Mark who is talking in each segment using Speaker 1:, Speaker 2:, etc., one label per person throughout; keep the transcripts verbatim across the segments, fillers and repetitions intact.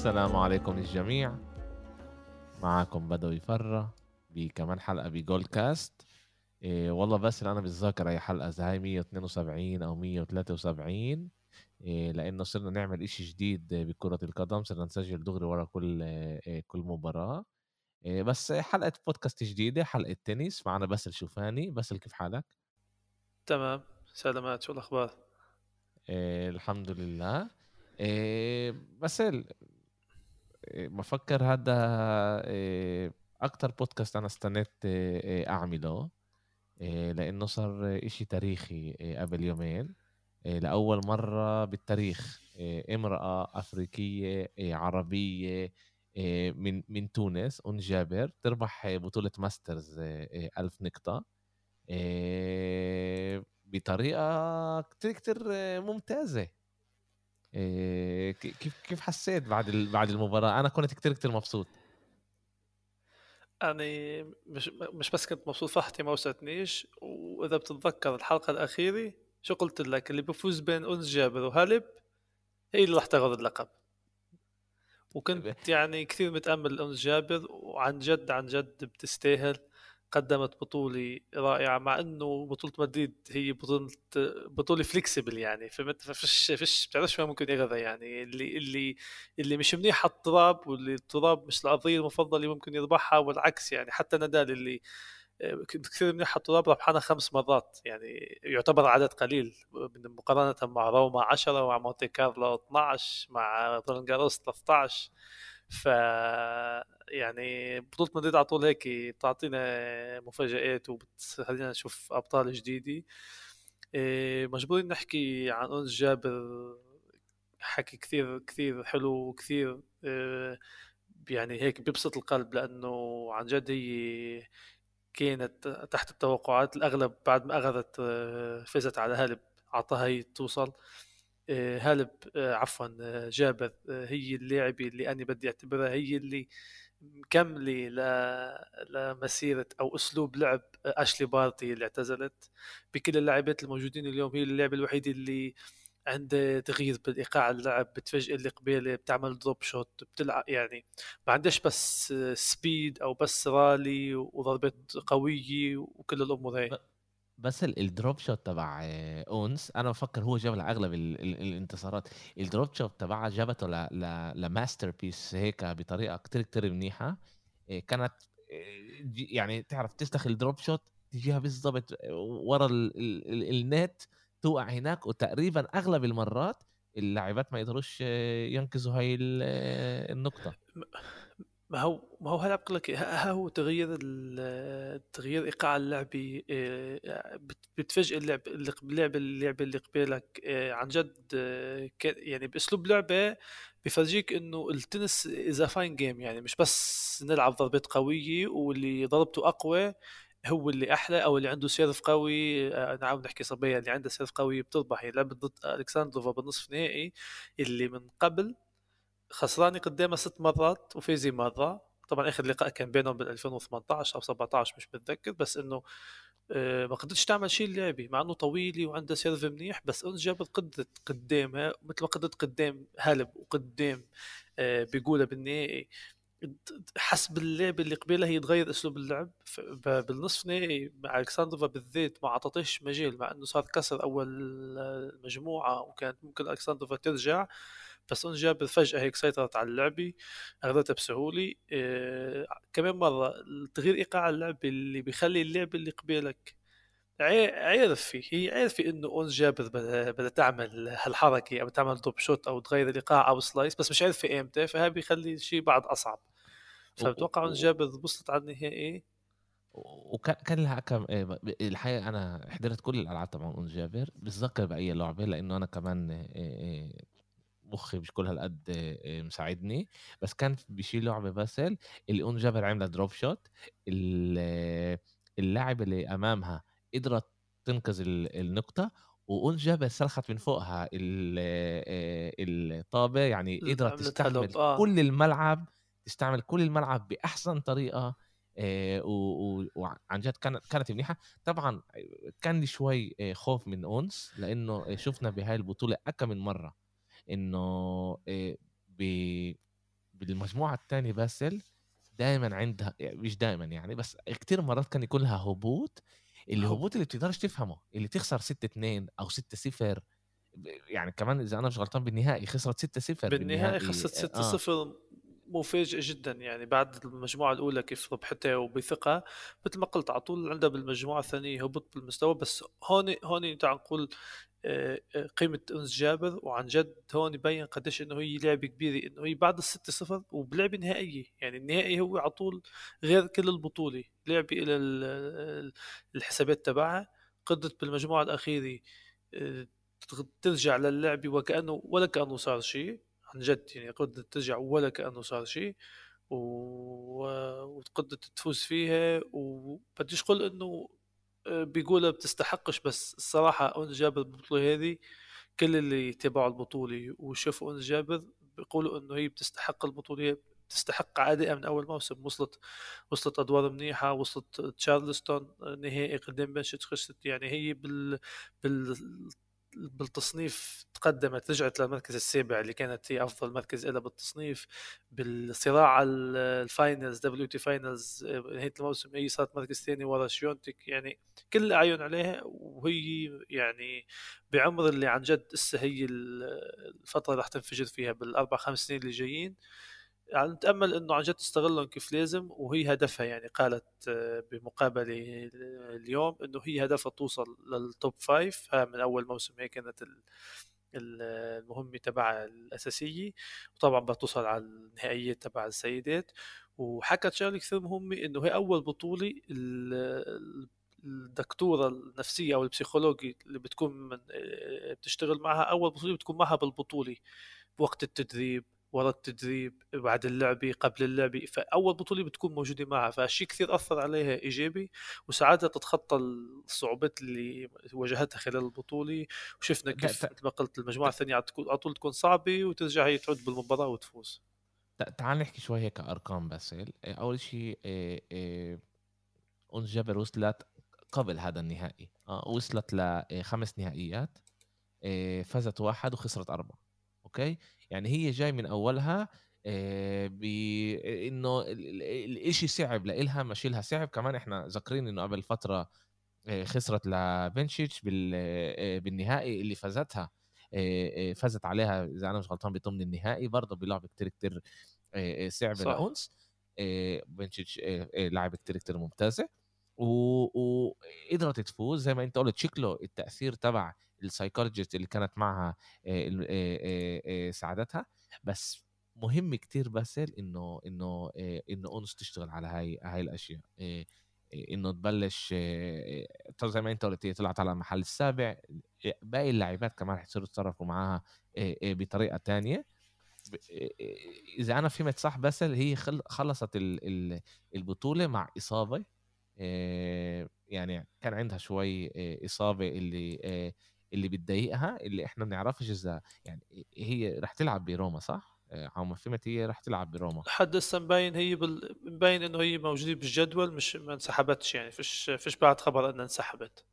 Speaker 1: السلام عليكم للجميع. معكم بدوي فرة بكمان حلقة بجول كاست. إيه والله بس أنا بالذاكرة هي حلقة زي مية واثنين وسبعين أو مية وثلاثة وسبعين. إيه لأنه صرنا نعمل إشي جديد بكرة القدم، صرنا نسجل دغري ورا كل إيه كل مباراة. إيه بس حلقة بودكاست جديدة، حلقة تنس معنا بس الشوفاني. بس كيف حالك؟
Speaker 2: تمام، سلامات. شو الأخبار؟
Speaker 1: إيه الحمد لله. إيه بس بفكر هذا إيه، أكتر بودكاست أنا استنيت إيه، أعمله، إيه، لأنه صار إشي تاريخي إيه، قبل يومين. إيه، لأول مرة بالتاريخ إيه، امرأة أفريقية إيه، عربية إيه، من من تونس، أم جابر، تربح إيه، بطولة ماسترز إيه، إيه، ألف نقطة إيه، بطريقة كتير كتير إيه، ممتازة. إيه، ك- كيف كيف حسيت بعد ال- بعد المباراة؟ أنا كنت كتير كتير مبسوط.
Speaker 2: يعني مش مش بس كنت مبسوط، فرحتي ما وصلتنيش. وإذا بتتذكر الحلقة الأخيرة شو قلت لك؟ اللي بيفوز بين أنس جابر وهالب هي اللي راح تاخذ اللقب. وكنت يعني كثير متأمل أنس جابر، وعن جد عن جد بتستاهل. قدمت بطولة رائعة، مع انه بطولة مدريد هي بطولة بطولة فليكسبل، يعني فهمت؟ فيش فيش بتعرفش ما ممكن يغذى، يعني اللي اللي اللي مش منيح على التراب، واللي التراب مش الأرضية المفضلة ممكن يربحها، والعكس. يعني حتى نادال اللي كثير منيح على التراب ربحانها خمس مرات، يعني يعتبر عدد قليل مقارنة مع روما عشرة، ومع مونتي كارلو اثنا عشر، مع رولان جاروس ثلاثة عشر. ف يعني بطولة مدريد على طول هيك بتعطينا مفاجآت وبتخلينا نشوف أبطال جديدة. إيه، مجبورين نحكي عن أنس جابر. حكي كثير كثير حلو وكثير إيه، يعني هيك بيبسط القلب، لأنه عن جد هي كانت تحت التوقعات. الأغلب بعد ما أخذت آه، فازت على هالب عطاها هي توصل. آه، هالب آه، عفوا آه، جابر آه، هي اللاعبة اللي أنا بدي أعتبرها هي اللي مكملة ل... لمسيرة أو أسلوب لعب آه، أشلي بارتي اللي اعتزلت. بكل اللاعبات الموجودين اليوم هي اللاعبة الوحيدة اللي عنده تغيير بالإيقاع اللعب، بتفاجئ اللي قبيله، بتعمل دروب شوت، بتلعب يعني ما عندهاش بس سبيد او بس رالي وضربات قويه وكل الامور هاي.
Speaker 1: ب- بس ال- الدروب شوت تبع آه، اونس انا بفكر هو جاب اغلب ال... ال... الانتصارات. الدروب شوت تبعها جابته ل... ل... لماستر بيس هيك بطريقه كتير كتير منيحه. آه، كانت آه، جي- يعني تعرف تستخدم الدروب شوت تجيها بالضبط ورا ال... ال... ال... النت، توقع هناك، وتقريبا اغلب المرات اللاعبات ما يقدروش آه، ينقذوا هاي ال- آه، النقطه.
Speaker 2: ما هو ما هو هلعب لك ها ها هو تغيير ال- تغيير ايقاع اللعبي. آه، بت- بتفاجئ اللعب اللي قب- اللعبه اللعبه اللي قبالك آه، عن جد. آه، ك- يعني باسلوب لعبه بفرجيك انه التنس اذا فاين جيم، يعني مش بس نلعب ضربات قويه واللي ضربته اقوى هو اللي احلى، او اللي عنده سيرف قوي. آه، نعم نحكي صبيه اللي عنده سيرف قوي بتربح. يعني لعبت ضد الكساندروفا بالنصف نهائي اللي من قبل خسراني قدامها ست مرات وفايزي مرة. طبعا اخر لقاء كان بينهم بال ألفين وثمانية عشر او سبعة عشر مش متذكر، بس انه آه، ما قدرتش تعمل شيء اللعبة، مع انه طويلة وعندها سيرف منيح. بس انس جابت قدرت قدامها مثل ما قدرت قدام هالب وقدام آه، بيقولها بالنهائي. حسب اللعبة اللي قبيلها هي تغير اسلوب اللعب. ف- ب- بالنصف نهائي مع الكساندروفا بالذات ما اعطتش مجال، مع انه صار كسر اول المجموعة وكانت ممكن الكساندروفا ترجع. بس انس جابر فجأة هيك سيطرت على اللعبة، اخذتها بسهولة. إيه كمان مرة تغيير ايقاع اللعب اللي بيخلي اللعب اللي قبيلك عي- عرفي هي عرفي انه انس جابر بدها بدها تعمل هالحركة او تعمل دوب شوت او تغير الايقاع او سلايس، بس مش عارفة امتى، فهذا بيخلي الشيء بعد اصعب.
Speaker 1: و...
Speaker 2: فبتوقع انس
Speaker 1: و...
Speaker 2: جابر وصلت على النهائي.
Speaker 1: وكان كان لها كم إيه، ب- الحقيقة أنا حضرت كل الألعاب تبع أنس جابر، بتذكر بأي لعبة لأنه أنا كمان إيه، إيه، مخي مش كل هالقد إيه، مساعدني. بس كان بشي لعبة باسل اللي أنس جابر عملها دروب شوت، ال- اللاعب اللي أمامها قدرت تنقذ ال- النقطة، وأنس جابر سلخت من فوقها ال- إيه، الطابة، يعني قدرت
Speaker 2: عملت
Speaker 1: تستعمل
Speaker 2: هلوب اه.
Speaker 1: كل الملعب، تستعمل كل الملعب بأحسن طريقة. آه، و- و- وعن جد كانت كانت منيحه. طبعا كان لي شوي آه، خوف من اونس، لانه آه، شفنا بهاي البطوله اكم من مره انه آه، ب بالمجموعة التانية باسل دايما عندها يعني مش دايما يعني بس كتير مرات كان يكون لها هبوط، الهبوط اللي
Speaker 2: هبوط
Speaker 1: بتقدرش تفهمه اللي تخسر ستة اتنين او ستة صفر. يعني كمان اذا انا مش غلطان بالنهائي خسرت ستة صفر
Speaker 2: بالنهائي
Speaker 1: بالنهائي.
Speaker 2: خسرت
Speaker 1: اه
Speaker 2: ستة صفر مفاجئ جدا، يعني بعد المجموعة الأولى كيف ربحتها وبثقة، مثل ما قلت على طول عندها بالمجموعة الثانية هبط بالمستوى. بس هون هون تعال نقول آه، آه، قيمة أنس جابر، وعن جد هون يبين قديش إنه هي لعبة كبيرة، إنه هي بعد الستة صفر وبلعبة نهائية. يعني النهائي هو على طول غير كل البطولة، لعبة إلى ال- ال- الحسابات تبعها. قدرت بالمجموعة الأخيرة آه، ترجع للعبة وكأنه ولا كأنه صار شيء. عن جد يعني قدرت ترجع ولا كأنه صار شيء، و... وقدرت تفوز فيها. وبديش قول انه آه، بيقولها بتستحقش، بس الصراحة أنس جابر بالبطولة هذه كل اللي تابعوا البطولة وشافوا أنس جابر بيقولوا انه هي بتستحق البطولة، بتستحق عادئة من أول موسم. وصلت وصلت أدوار منيحة، وصلت تشارلستون نهائي قدام بنشيتش، خسرت. يعني هي بال بال بالتصنيف تقدمت، رجعت للمركز السابع اللي كانت هي افضل مركز لها بالتصنيف. بالصراع على الفاينلز دبليو تي فاينلز نهايه الموسم هي صارت مركز ثاني ورا شيونتك. يعني كل الاعين عليها، وهي يعني بعمر اللي عن جد اسه هي الفتره اللي راح تنفجر فيها بالاربع خمس سنين اللي جايين. يعني نتأمل انه عن جد تستغلهم كيف لازم. وهي هدفها يعني قالت آه، بمقابلة اليوم انه هي هدفها توصل للتوب فايف. ها من اول موسم هي كانت ال- ال- المهمة تبعها الأساسية. وطبعا بتوصل على النهائيات تبع السيدات. وحكت شغلة كثير مهمة انه هي اول بطولة ال- الدكتورة النفسية او البسيكولوجي اللي بتكون من آه، بتشتغل معها، اول بطولة بتكون معها بالبطولة، بوقت التدريب، ورا التدريب، بعد اللعبة، قبل اللعبة. فأول بطولة بتكون موجودة معها، فهالشي كثير أثر عليها إيجابي، وساعدها تتخطى الصعوبات اللي واجهتها خلال البطولة. وشفنا
Speaker 1: تع-
Speaker 2: كيف
Speaker 1: تع-
Speaker 2: مثل ما قلت المجموعة
Speaker 1: تع-
Speaker 2: الثانية على تكون- على طول تكون صعبة، وترجع هي تعود بالمباراة وتفوز.
Speaker 1: تع- تعال نحكي شوي هيك ارقام باسل. اول شيء أنس جابر وصلت قبل هذا النهائي آه وصلت لخمس نهائيات، آه، فازت واحد وخسرت أربعة. أوكي، يعني هي جاي من أولها آه، بإنه ال- ال- الإشي صعب لإلها، ماشي لها صعب. كمان إحنا ذاكرين إنه قبل فترة آه، خسرت لبنشيتش بال آه، بالنهائي اللي فازتها. آه، آه، فازت عليها إذا أنا مش غلطان بضمن النهائي برضه بلعبة كتير كتير آه، آه، صعبة
Speaker 2: صح.
Speaker 1: لأونس. آه، بنشيتش آه، آه، لاعبة كتير كتير ممتازة، و- وقدرت تفوز زي ما انت قلت. شكله التأثير تبع السايكولوجيست اللي كانت معها آه، ال- آه، آه، آه، ساعدتها. بس مهم كتير باسل انه انه آه، انه اونس تشتغل على هاي هاي الاشياء. آه، آه، انه تبلش آه، آه، طب زي ما انت قلت هي طلعت على المحل السابع. آه، باقي اللاعبات كمان حيصيروا يتصرفوا معاها آه، آه، بطريقة تانية. ب- آه، آه، اذا انا فهمت صح باسل هي خل- خلصت ال- ال- البطولة مع إصابة. آه، يعني كان عندها شوي آه، إصابة اللي آه، اللي بتضايقها، اللي احنا ما بنعرفش اذا يعني هي رح تلعب بروما صح؟ آه، على ما فهمت هي رح تلعب بروما.
Speaker 2: لحد هسه مبين هي بال... مبين انه هي موجودة بالجدول، مش ما انسحبتش. يعني فيش فيش بعد خبر انها انسحبت.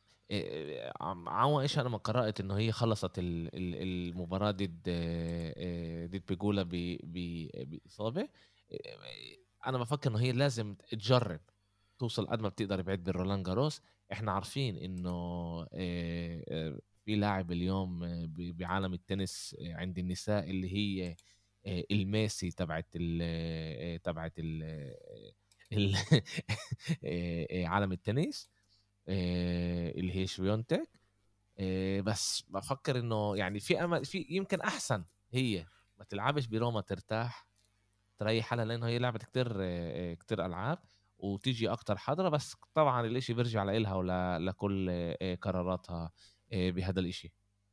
Speaker 1: آه، عم عوا ايش انا ما قرأت انه هي خلصت ال- ال- المباراة ضد آه، آه، ضد بيجولا ب- ب- بإصابة. آه، انا بفكر انه هي لازم تجرب توصل قد ما بتقدر بعيد بالرولان جاروس. احنا عارفين انه آه، آه، في لاعب اليوم آه، ب- بعالم التنس آه، عند النساء اللي هي آه، الميسي تبعت ال آه، تبعت ال ال- آه، آه، عالم التنس آه، اللي هي شويونتك. آه، بس بفكر انه يعني في امل، في يمكن احسن هي ما تلعبش بروما، ترتاح تريح حالها، لانه هي لعبت كتير آه، كتير العاب وتيجي اكتر حضرة. بس طبعا الاشي بيرجع لإلها ولكل آه، قراراتها آه، بهذا الاشي.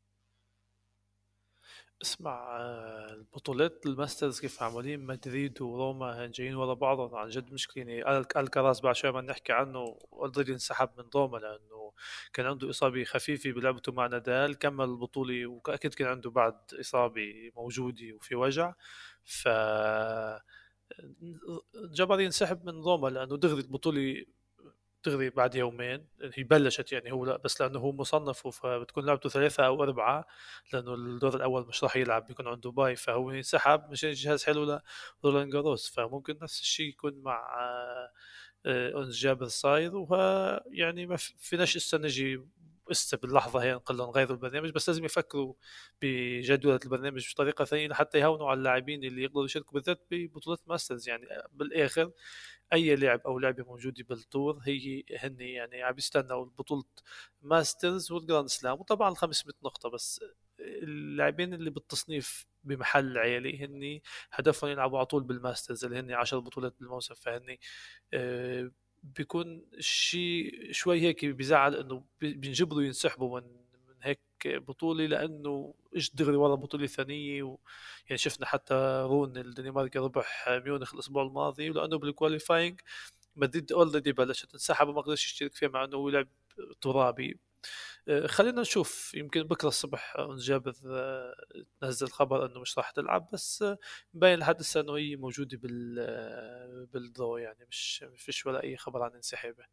Speaker 2: اسمع، آه، البطولات الماسترز كيف عاملين مدريد وروما جايين ورا بعضهم عن جد مشكلة. يعني الك- الكراز بعد شوي ما نحكي عنه اوريدي انسحب من روما لانه كان عنده اصابة خفيفة بلعبته مع نادال. كمل البطولة واكيد كان عنده بعد اصابة موجودة وفي وجع. ف جبر ينسحب من روما لانه دغري البطولة دغري بعد يومين هي بلشت، يعني هو لا بس لانه هو مصنف فبتكون لعبته ثلاثة او اربعة، لانه الدور الاول مش راح يلعب بيكون عنده باي، فهو انسحب مش جهاز حلو لرولان جاروس. فممكن نفس الشيء يكون مع آه، آه، انس جابر صاير، وها يعني ما في- فيناش لسه نجي لسه باللحظه هي نقول لهم غيروا البرنامج، بس لازم يفكروا بجدولة البرنامج بطريقه ثانيه لحتى يهونوا على اللاعبين اللي يقدروا يشاركوا بالذات ببطولات ماسترز. يعني بالاخر اي لعب او لعبه موجوده بالطور هي هن يعني عم يستنوا بطوله ماسترز والجراند سلام، وطبعا ال خمسمية نقطه بس. اللاعبين اللي بالتصنيف بمحل عالي هن هدفهم يلعبوا على طول بالماسترز اللي هن عشر بطولات بالموسم، فهن آه، بيكون شيء شوي هيك بيزعل انه بي- بينجبروا ينسحبوا من من هيك بطولة، لأنه إيش دغري ورا بطولة ثانية و... يعني شفنا حتى رون الدنماركي ربح ميونخ الأسبوع الماضي، ولأنه بالكواليفاينج مدريد اولريدي بلشت انسحب وما قدرش يشترك فيها مع انه هو لعب ترابي. آه، خلينا نشوف، يمكن بكره الصبح أنس جابر آه، نزل خبر انه مش راح تلعب، بس آه، مبين لحد هسه انه هي موجوده بال آه، بالضو، يعني مش مش فيش ولا اي خبر عن انسحابه.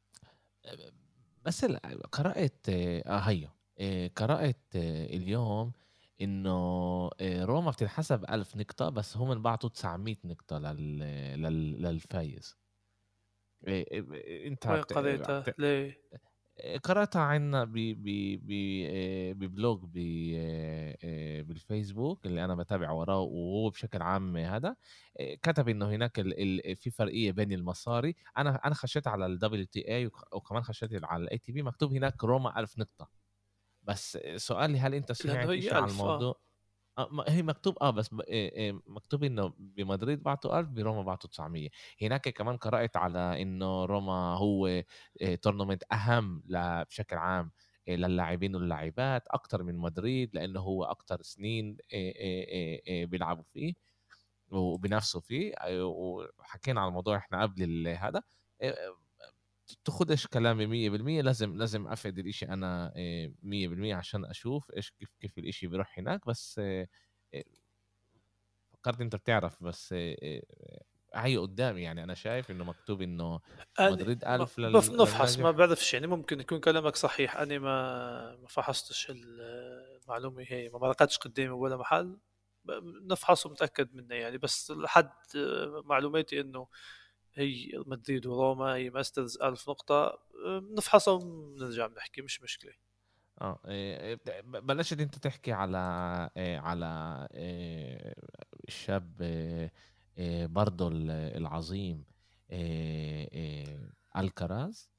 Speaker 1: بس ال قرأت آه هيّ آآ قرأت آه اليوم إنه آآ روما بتنحسب ألف نقطة، بس هم انبعتوا تسعمية نقطة لل لل للفايز. آآ ب أنت
Speaker 2: وين
Speaker 1: بت
Speaker 2: قريتها
Speaker 1: بت
Speaker 2: ليه؟
Speaker 1: قرأتها عنا ب ب ب آآ ببلوج ب آآ بالفيسبوك اللي أنا باتابع وراه، وهو بشكل عام هذا آآ كتب إنه هناك ال ال في فرقية بين المصاري. أنا أنا خشيت على الWTA وك وكمان خشيت على الATP مكتوب هناك روما ألف نقطة. بس سؤالي هل أنت
Speaker 2: لانه
Speaker 1: سمعت إشي
Speaker 2: هي
Speaker 1: على
Speaker 2: ألف اه.
Speaker 1: الموضوع؟ آه، ما هي مكتوب آه، بس ب آآ آآ مكتوب إنه بمدريد بعتوا ألف، بروما بعتوا تسعمية. هناك كمان قرأت على إنه روما هو آآ tournament أهم ل بشكل عام آآ للاعبين واللاعبات أكتر من مدريد، لإنه هو أكتر سنين آآ آآ آآ بيلعبوا فيه وبينافسوا فيه. آآ وحكينا على الموضوع إحنا قبل ال هذا. آآ تاخدش كلامي مية بالمية، لازم لازم أفقد الإشي أنا آآ مية بالمية عشان أشوف إيش كيف كيف الإشي بيروح هناك. بس آآ فكرت أنت بتعرف، بس آآ هي قدامي، يعني أنا شايف إنه مكتوب إنه
Speaker 2: أنا
Speaker 1: مدريد
Speaker 2: ما-
Speaker 1: ألف
Speaker 2: بف-
Speaker 1: لل
Speaker 2: نفحص، ما
Speaker 1: للناجح.
Speaker 2: بعرفش يعني، ممكن يكون كلامك صحيح. أنا ما ما فحصتش ال- المعلومة هي، ما مرقتش قدامي ولا محل. ب- نفحص ومتأكد منه يعني، بس لحد معلوماتي إنه هي مدريد وروما هي ماسترز ألف نقطة. نفحصها ونرجع بنحكي، مش مشكلة.
Speaker 1: آه آآ ب بلشت أنت تحكي على آآ على آآ الشاب آآ برضه ال العظيم آآ آآ الكراز.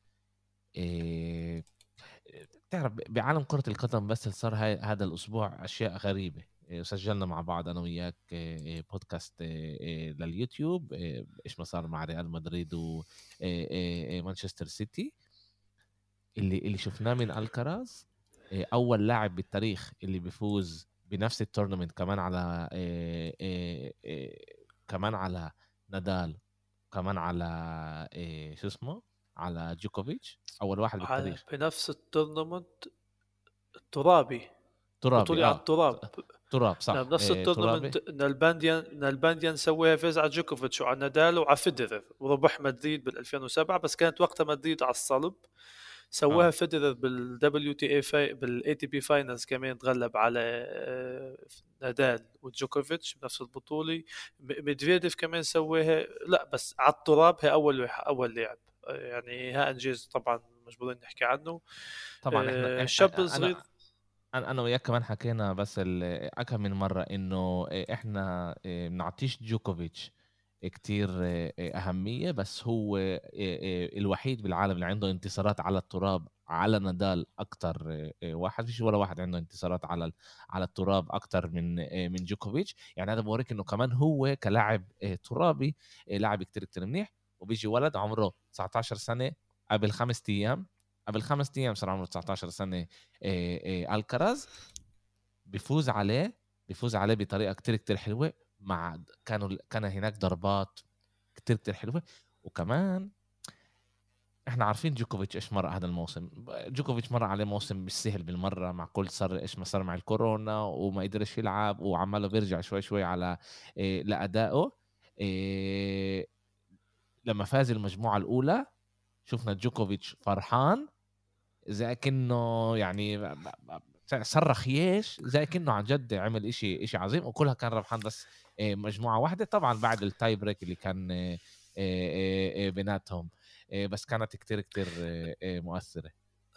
Speaker 1: آآ تعرف بعالم كرة القدم بس اللي صار هاي هذا الأسبوع أشياء غريبة. آآ سجّلنا مع بعض أنا وياك آآ بودكاست آآ لليوتيوب آآ إيش ما صار مع ريال مدريد و آآ آآ مانشستر سيتي. اللي اللي شُفناه من الكراز آآ أول لاعب بالتاريخ اللي بيفوز بنفس الtournament كمان على آآ آآ آآ كمان على نادال، كمان على آآ شو اسمه، على جوكوفيتش، أول واحد
Speaker 2: على
Speaker 1: بالتاريخ.
Speaker 2: بنفس التورنمنت الترابي،
Speaker 1: ترابي
Speaker 2: بطولة على
Speaker 1: آه، ت
Speaker 2: التراب.
Speaker 1: تراب
Speaker 2: نعم
Speaker 1: صح،
Speaker 2: نفس
Speaker 1: آآ ترابي.
Speaker 2: التورنمنت نالبانديان نالبانديان سويها فاز على جوكوفيتش وعلى نادال وعلى فيدرر، وربح مدريد بال ألفين وسبعة، بس كانت وقتها مدريد على الصلب. سواها
Speaker 1: آه،
Speaker 2: فيدرر بالدبليو تي اي في بالاي تي بي فاينلز، كمان تغلب على آه، نادال وجوكوفيتش بنفس البطولة. م- ميدفيديف كمان سواها، لا بس على التراب هي اول وح- اول لاعب. آه، يعني ها انجاز طبعا مجبورين نحكي عنه.
Speaker 1: طبعًا إحنا
Speaker 2: آه،
Speaker 1: إح
Speaker 2: شاب
Speaker 1: أ
Speaker 2: صغير.
Speaker 1: أنا أنا أنا وياك كمان حكينا بس ال أكم من مرّة إنه آآ إحنا آآ بنعطيش جوكوفيتش كتير آآ أهمية، بس هو آآ آآ الوحيد بالعالم اللي عنده انتصارات على التراب على نادال أكتر. آآ واحد، ما فيش ولا واحد عنده انتصارات على ال على التراب أكتر من آآ من جوكوفيتش. يعني هذا بيوريك إنه كمان هو كلاعب آآ ترابي آآ لاعب كتير، كتير منيح. وبييجي ولد عمره تسعتاشر سنة قبل خمسة أيام، قبل خمسة أيام صار عمره تسعتاشر سنة آآ آآ الكراز بيفوز عليه، بيفوز عليه بطريقة كتير، كتير حلوة. مع د كانوا ال كان هناك ضربات كتير، كتير حلوة. وكمان إحنا عارفين جوكوفيتش إيش مرّ هذا الموسم. ب جوكوفيتش مَر عليه موسم مش سهل بالمرّة مع كل صار إيش ما صار مع الكورونا وما قدرش يلعب وعمّاله بيرجع شوي، شوي على آآ لأدائه. آآ لمّا فاز المجموعة الأولى شفنا جوكوفيتش فرحان زي كأنه يعني ب- ب- ب- صرخ ياش زي كأنه عن جد عمل إشي إشي عظيم، وكلها كان ربحان بس آه، مجموعة واحدة طبعا بعد التاي بريك اللي كان آه، آه، آه، بيناتهم. آه، بس كانت كتير كتير آه، آه، مؤثرة.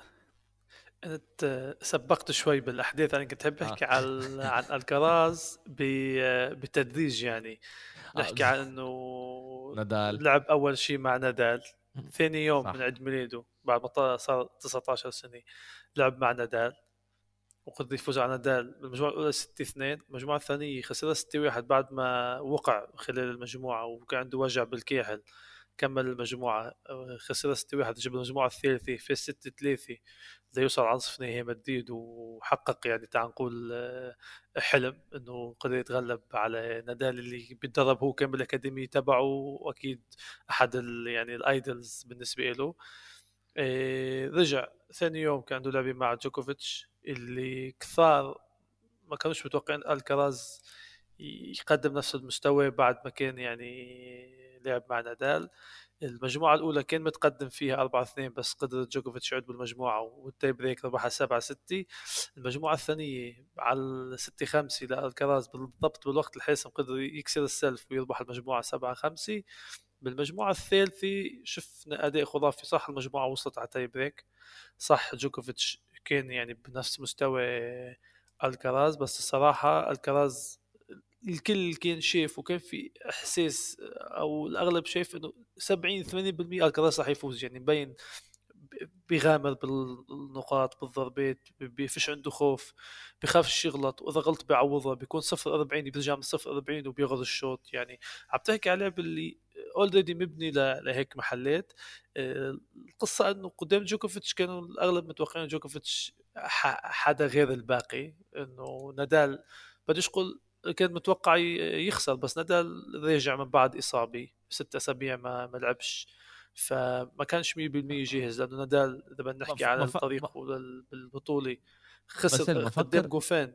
Speaker 2: انت سبقت شوي بالاحداث، انا كنت بحب
Speaker 1: اه
Speaker 2: احكي عن عن الكراز ب- بالتدريج يعني.
Speaker 1: اه
Speaker 2: نحكي عن انه
Speaker 1: نادال.
Speaker 2: لعب اول شيء مع نادال، ثاني يوم من
Speaker 1: صح.
Speaker 2: عيد ميلاده بعد ما ط- صار تسعة عشر سنة لعب مع نادال وقدر يفوز على نادال بالمجموعة الأولى ستة اثنين. المجموعة الثانية خسرها ستة واحد بعد ما وقع خلال المجموعة وكان عنده وجع بالكاحل. كمل المجموعة آه، خسرها ستة واحد، جاب المجموعة الثالثة في ستة ثلاثة ليوصل على نصف نهائي مدريد، وحقق يعني تعال نقول آه، حلم انه قدر يتغلب على نادال اللي بيتدرب هو كان بالاكاديمية تبعه، واكيد احد ال يعني الايدلز بالنسبة له. إيه، رجع ثاني يوم كان عنده لعبة مع جوكوفيتش اللي كثار ما كانوش متوقعين الكراز يقدم نفس المستوى بعد ما كان يعني لعب مع نادال. المجموعة الأولى كان متقدم فيها أربعة اثنين بس قدر جوكوفيتش يعود بالمجموعة والتاي بريك ربحها سبعة ستة. المجموعة الثانية على ستة خمسة لألكراز بالضبط بالوقت الحاسم قدر يكسر السلف ويربح المجموعة سبعة خمسة. بالمجموعة الثالثة شفنا أداء خرافي. صح المجموعة وصلت على تاي بريك، صح جوكوفيتش كان يعني بنفس مستوى الكراز، بس الصراحة الكراز الكل كان شايف وكان في احساس او الاغلب شايف انه سبعين ثمانين بالمئة الكراز راح يفوز. يعني مبين بيغامر بالنقاط بالضربات، بيفش عنده خوف، بخافش يغلط، واذا غلط بيعوضها، بيكون صفر أربعين بيرجع من صفر أربعين وبيغض الشوط. يعني عم تحكي على لعب اللي اوريدي مبني ل- لهيك محلات. آه، القصة انه قدام جوكوفيتش كانوا الاغلب متوقعين جوكوفيتش ح- حدا غير الباقي. انه نادال بديش اقول كان متوقع ي- يخسر، بس نادال رجع من بعد اصابة ست اسابيع ما ما لعبش، فما كانش مية بالمية جاهز. لانه نادال اذا بدنا نحكي
Speaker 1: مف...
Speaker 2: على
Speaker 1: مف...
Speaker 2: الطريق
Speaker 1: ب-
Speaker 2: بالبطوله
Speaker 1: بس
Speaker 2: خسر قدام
Speaker 1: المفكر
Speaker 2: جوفين.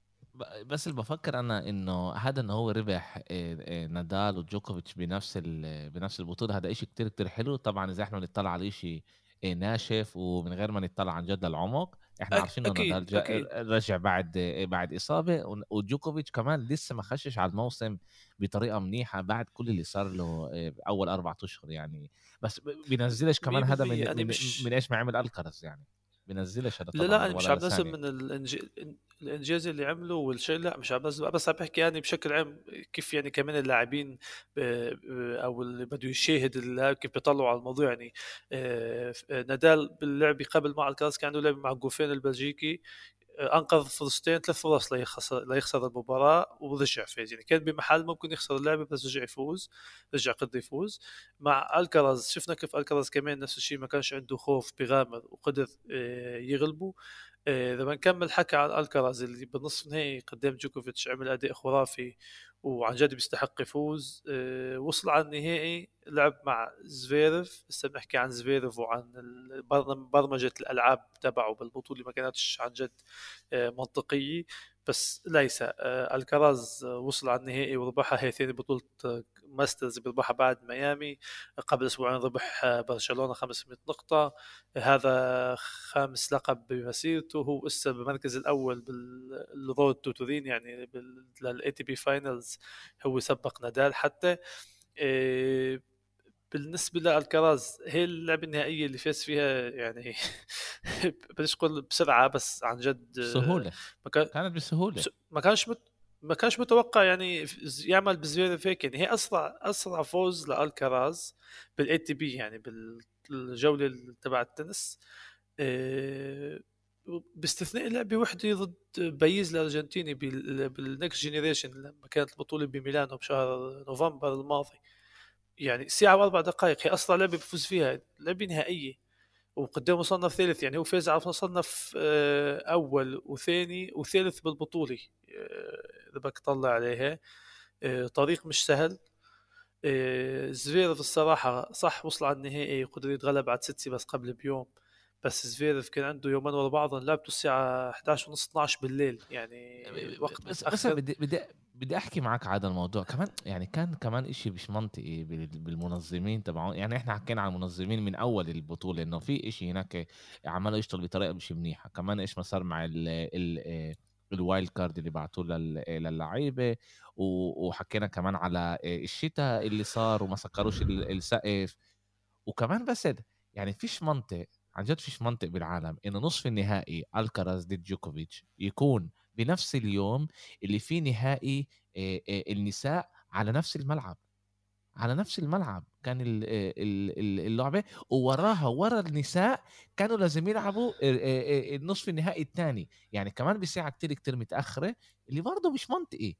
Speaker 1: ب- بس اللي بفكر انا انه هذا انه هو ربح آه، آه، نادال وجوكوفيتش بنفس ال- بنفس البطوله، هذا إشي كتير كتير حلو. طبعا اذا احنا نطلع على إشي آه، ناشف ومن غير ما نطلع عن جد للعمق، احنا
Speaker 2: أك...
Speaker 1: عارفين انه
Speaker 2: اكيد
Speaker 1: نادال جا-
Speaker 2: اكيد.
Speaker 1: رجع بعد آه، بعد اصابه، ون- وجوكوفيتش كمان لسه ما خشش على الموسم بطريقه منيحه بعد كل اللي صار له آه، اول اربع اشهر يعني. بس ب- بينزلش كمان هذا من
Speaker 2: مية بالمية انا
Speaker 1: من
Speaker 2: مش،
Speaker 1: من ايش ما عمل الكرز يعني. بينزلش هذا
Speaker 2: لا لا
Speaker 1: طبعا
Speaker 2: انا مش
Speaker 1: ولا
Speaker 2: عم نزل
Speaker 1: لثانيه.
Speaker 2: من الإنج... الانجاز اللي عمله والشيء، لا مش عم نزل، بس عم بحكي يعني بشكل عام كيف يعني كمان اللاعبين ب... ب- او اللي بده يشاهد اللاعب كيف بيطلعوا على الموضوع. يعني آه، نادال باللعب قبل مع الكاس كان عنده لعب مع جوفين البلجيكي، انقذ فرصتين ثلاث فرص ليخسر ليخسر المباراه ورجع فاز. يعني كان بمحل ممكن يخسر اللعبه بس رجع يفوز، رجع قدر يفوز. مع الكراز شفنا كيف الكراز كمان نفس الشيء، ما كانش عنده خوف، بغامر وقدر آه، يغلبه. آه، اذا بنكمل حكي عن الكراز اللي بالنصف النهائي قدام جوكوفيتش عمل اداء خرافي وعن جد بيستحق يفوز. آه، وصل على النهائي لعب مع زفيرف. هسه بنحكي عن زفيرف وعن البرم- برمجة الألعاب تبعه بالبطولة ما كانتش عن جد آه، منطقية. بس ليس آه، الكراز آه، وصل على النهائي وربحها، هي ثاني بطولة آه، ماسترز بيربحها بعد ميامي. قبل أسبوعين ربح آه، برشلونة خمسمائة نقطة. هذا خامس لقب بمسيرته، هو لسه بالمركز الأول بالرود تو تورين يعني للاي تي بي فاينلز، هو سبق نادال حتى. إيه، بالنسبة للكراز هي اللعبة النهائية اللي فاز فيها يعني بديش اقول بسرعة بس عن جد آه،
Speaker 1: بسهوله.
Speaker 2: ما كان
Speaker 1: كانت بسهوله.
Speaker 2: بس- ما كانش مت ما كانش متوقع يعني يعمل بزيادة هيك. يعني هي اسرع اسرع فوز لالكراز بالاي تي بي يعني بالجولة ال- تبع التنس. آه، باستثناء لعبة وحدة ضد بايز الأرجنتيني بالنكست جينيريشن لما كانت البطولة بميلانو بشهر نوفمبر الماضي. يعني ساعة وأربع دقائق، هي أسرع لعبة بفوز فيها، لعبة نهائية وقدام مصنف ثالث. يعني هو فاز على مصنف آه، أول وثاني وثالث بالبطولة. آه، إذا بدك تطلع عليها آه، طريق مش سهل. آه، زفيرف الصراحة صح وصل على النهائي وقدر يتغلب على تسيتسي بس قبل بيوم. بس زفيرف كان عنده يومين ورا بعضهم لعبته الساعة احد عشر ونص اثناشر بالليل، يعني الوقت
Speaker 1: بس بس أنا
Speaker 2: متأخر.
Speaker 1: بدي بدي بدي احكي معك على هذا الموضوع كمان. يعني كان كمان اشي مش منطقي بال- بالمنظمين تبعون. يعني احنا حكينا عن المنظمين من اول البطولة انه في اشي هناك عمالوا يشتغل بطريقة مش منيحة. كمان ايش ما صار مع ال ال الوايلد كارد اللي بعتوه لل- للعيبة. و- وحكينا كمان على الشتاء اللي صار وما سكروش ال- السقف. وكمان بس هيك، يعني فيش منطق، عن جد فيش منطق بالعالم انه نصف النهائي الكراز ضد جوكوفيتش يكون بنفس اليوم اللي فيه نهائي آه، آه، النساء على نفس الملعب. على نفس الملعب كان ال- آه، ال- ال- اللعبة، ووراها ورا النساء كانوا لازم يلعبوا آه، آه، آه، النصف النهائي الثاني، يعني كمان بساعة كتير كتير متأخرة، اللي برضه مش منطقي.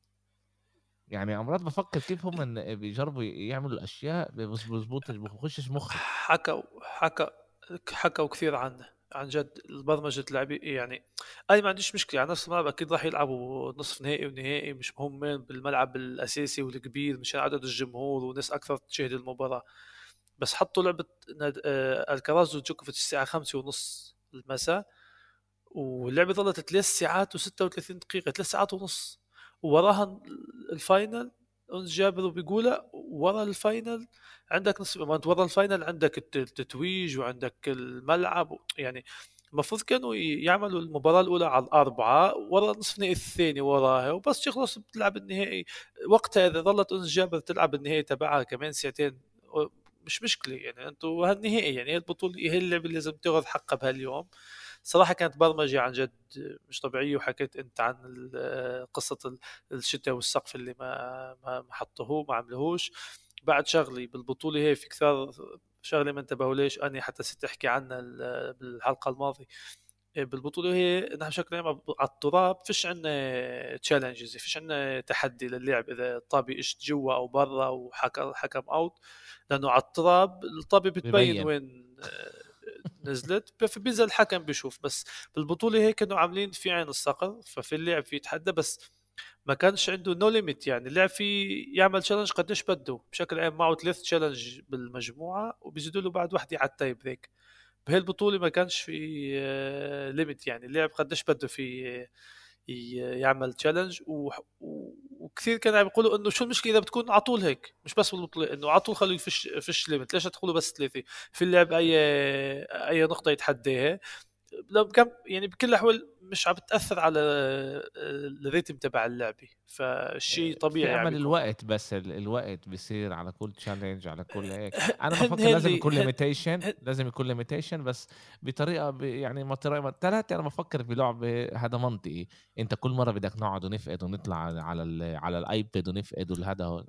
Speaker 1: يعني امراض بفكر كيف هم إن بيجربوا يعملوا الاشياء بس بظبطش بخشش مخي.
Speaker 2: حكوا حكى حكوا كثير عنه، عن جد البرمجة اللعبة يعني. أنا ما عنديش مشكلة على نفس الملعب، أكيد راح يلعبوا نصف نهائي ونهائي، مش مهم وين بالملعب الأساسي والكبير مشان عدد الجمهور وناس أكثر تشاهد المباراة. بس حطوا لعبة ناد- آه، الكراز وجوكوفيتش الساعة خمسة ونص المساء، واللعبة ظلت ثلاث ساعات وستة وثلاثين دقيقة، ثلاث ساعات ونص، ووراها الفاينل. أنس جابر بيقولها ورا الفاينل عندك نصف، ما انت ورا الفاينل عندك الت- التتويج وعندك الملعب، يعني المفروض كانوا ي- يعملوا المباراة الأولى على الأربعة ورا نصف النهائي الثاني وراها، وبس يخلص بتلعب النهائي. وقتها إذا ظلت أنس جابر تلعب النهائي تبعها كمان ساعتين، مش مشكلة يعني. انتوا هالنهائي يعني، هي البطولة، هي اللعبة اللي لازم تاخذ حقها بهاليوم. صراحة كانت برمجة عن جد مش طبيعية. وحكيت أنت عن ال- قصة ال- الشتاء والسقف اللي ما ما ما حطوه ما عملوهوش. بعد شغلي بالبطولة هي في كثار شغلة ما انتبهوا ليش، أنا حتى ست أحكي عنها ال- بالحلقة الماضية. بالبطولة هي نحن بشكل عام على التراب فيش عنا تشالنجز، فيش عنا تحدي للعب إذا الطابة إيش جوا أو برا وحكم حكم أوت، لأنه على التراب الطابة بتبين
Speaker 1: ببين.
Speaker 2: وين آه، نزلت، فبينزل الحكم بيشوف. بس بالبطولة هيك كانوا عاملين في عين الصقر، ففي اللعب في يتحدى، بس ما كانش عنده نو ليميت يعني. اللعب فيه يعمل تشالنج قديش بده بشكل عام، معه ثلاث تشالنج بالمجموعة وبيزيدوا له بعد واحدة على التاي بريك. بهي البطولة ما كانش في ليميت يعني، اللعب قديش بده في ي- يعمل تشالنج. وكثير كانوا عم يقولوا انه شو المشكله اذا بتكون على طول هيك، مش بس بالبطوله، انه على طول خلوا فيش فيش ليميت، ليش تدخلوا بس ثلاثه في اللعب؟ اي اي نقطه يتحداها لو كم يعني. بكل الاحوال مش عم بتاثر على الريتم تبع اللعبه، فالشيء
Speaker 1: في
Speaker 2: طبيعي عم
Speaker 1: امل
Speaker 2: بيكون.
Speaker 1: الوقت، بس ال- الوقت بيصير على كل تشالنج على كل هيك. انا
Speaker 2: هن
Speaker 1: بفكر لازم
Speaker 2: اللي
Speaker 1: يكون
Speaker 2: هن
Speaker 1: ليميتيشن،
Speaker 2: هن
Speaker 1: لازم يكون ليميتيشن بس بطريقه ب... يعني ما طريقه ثلاثه. انا بفكر بلعبه هذا منطقي. انت كل مره بدك نقعد ونفقد ونطلع على على, ال... على الايباد ونفقد والهذا هو.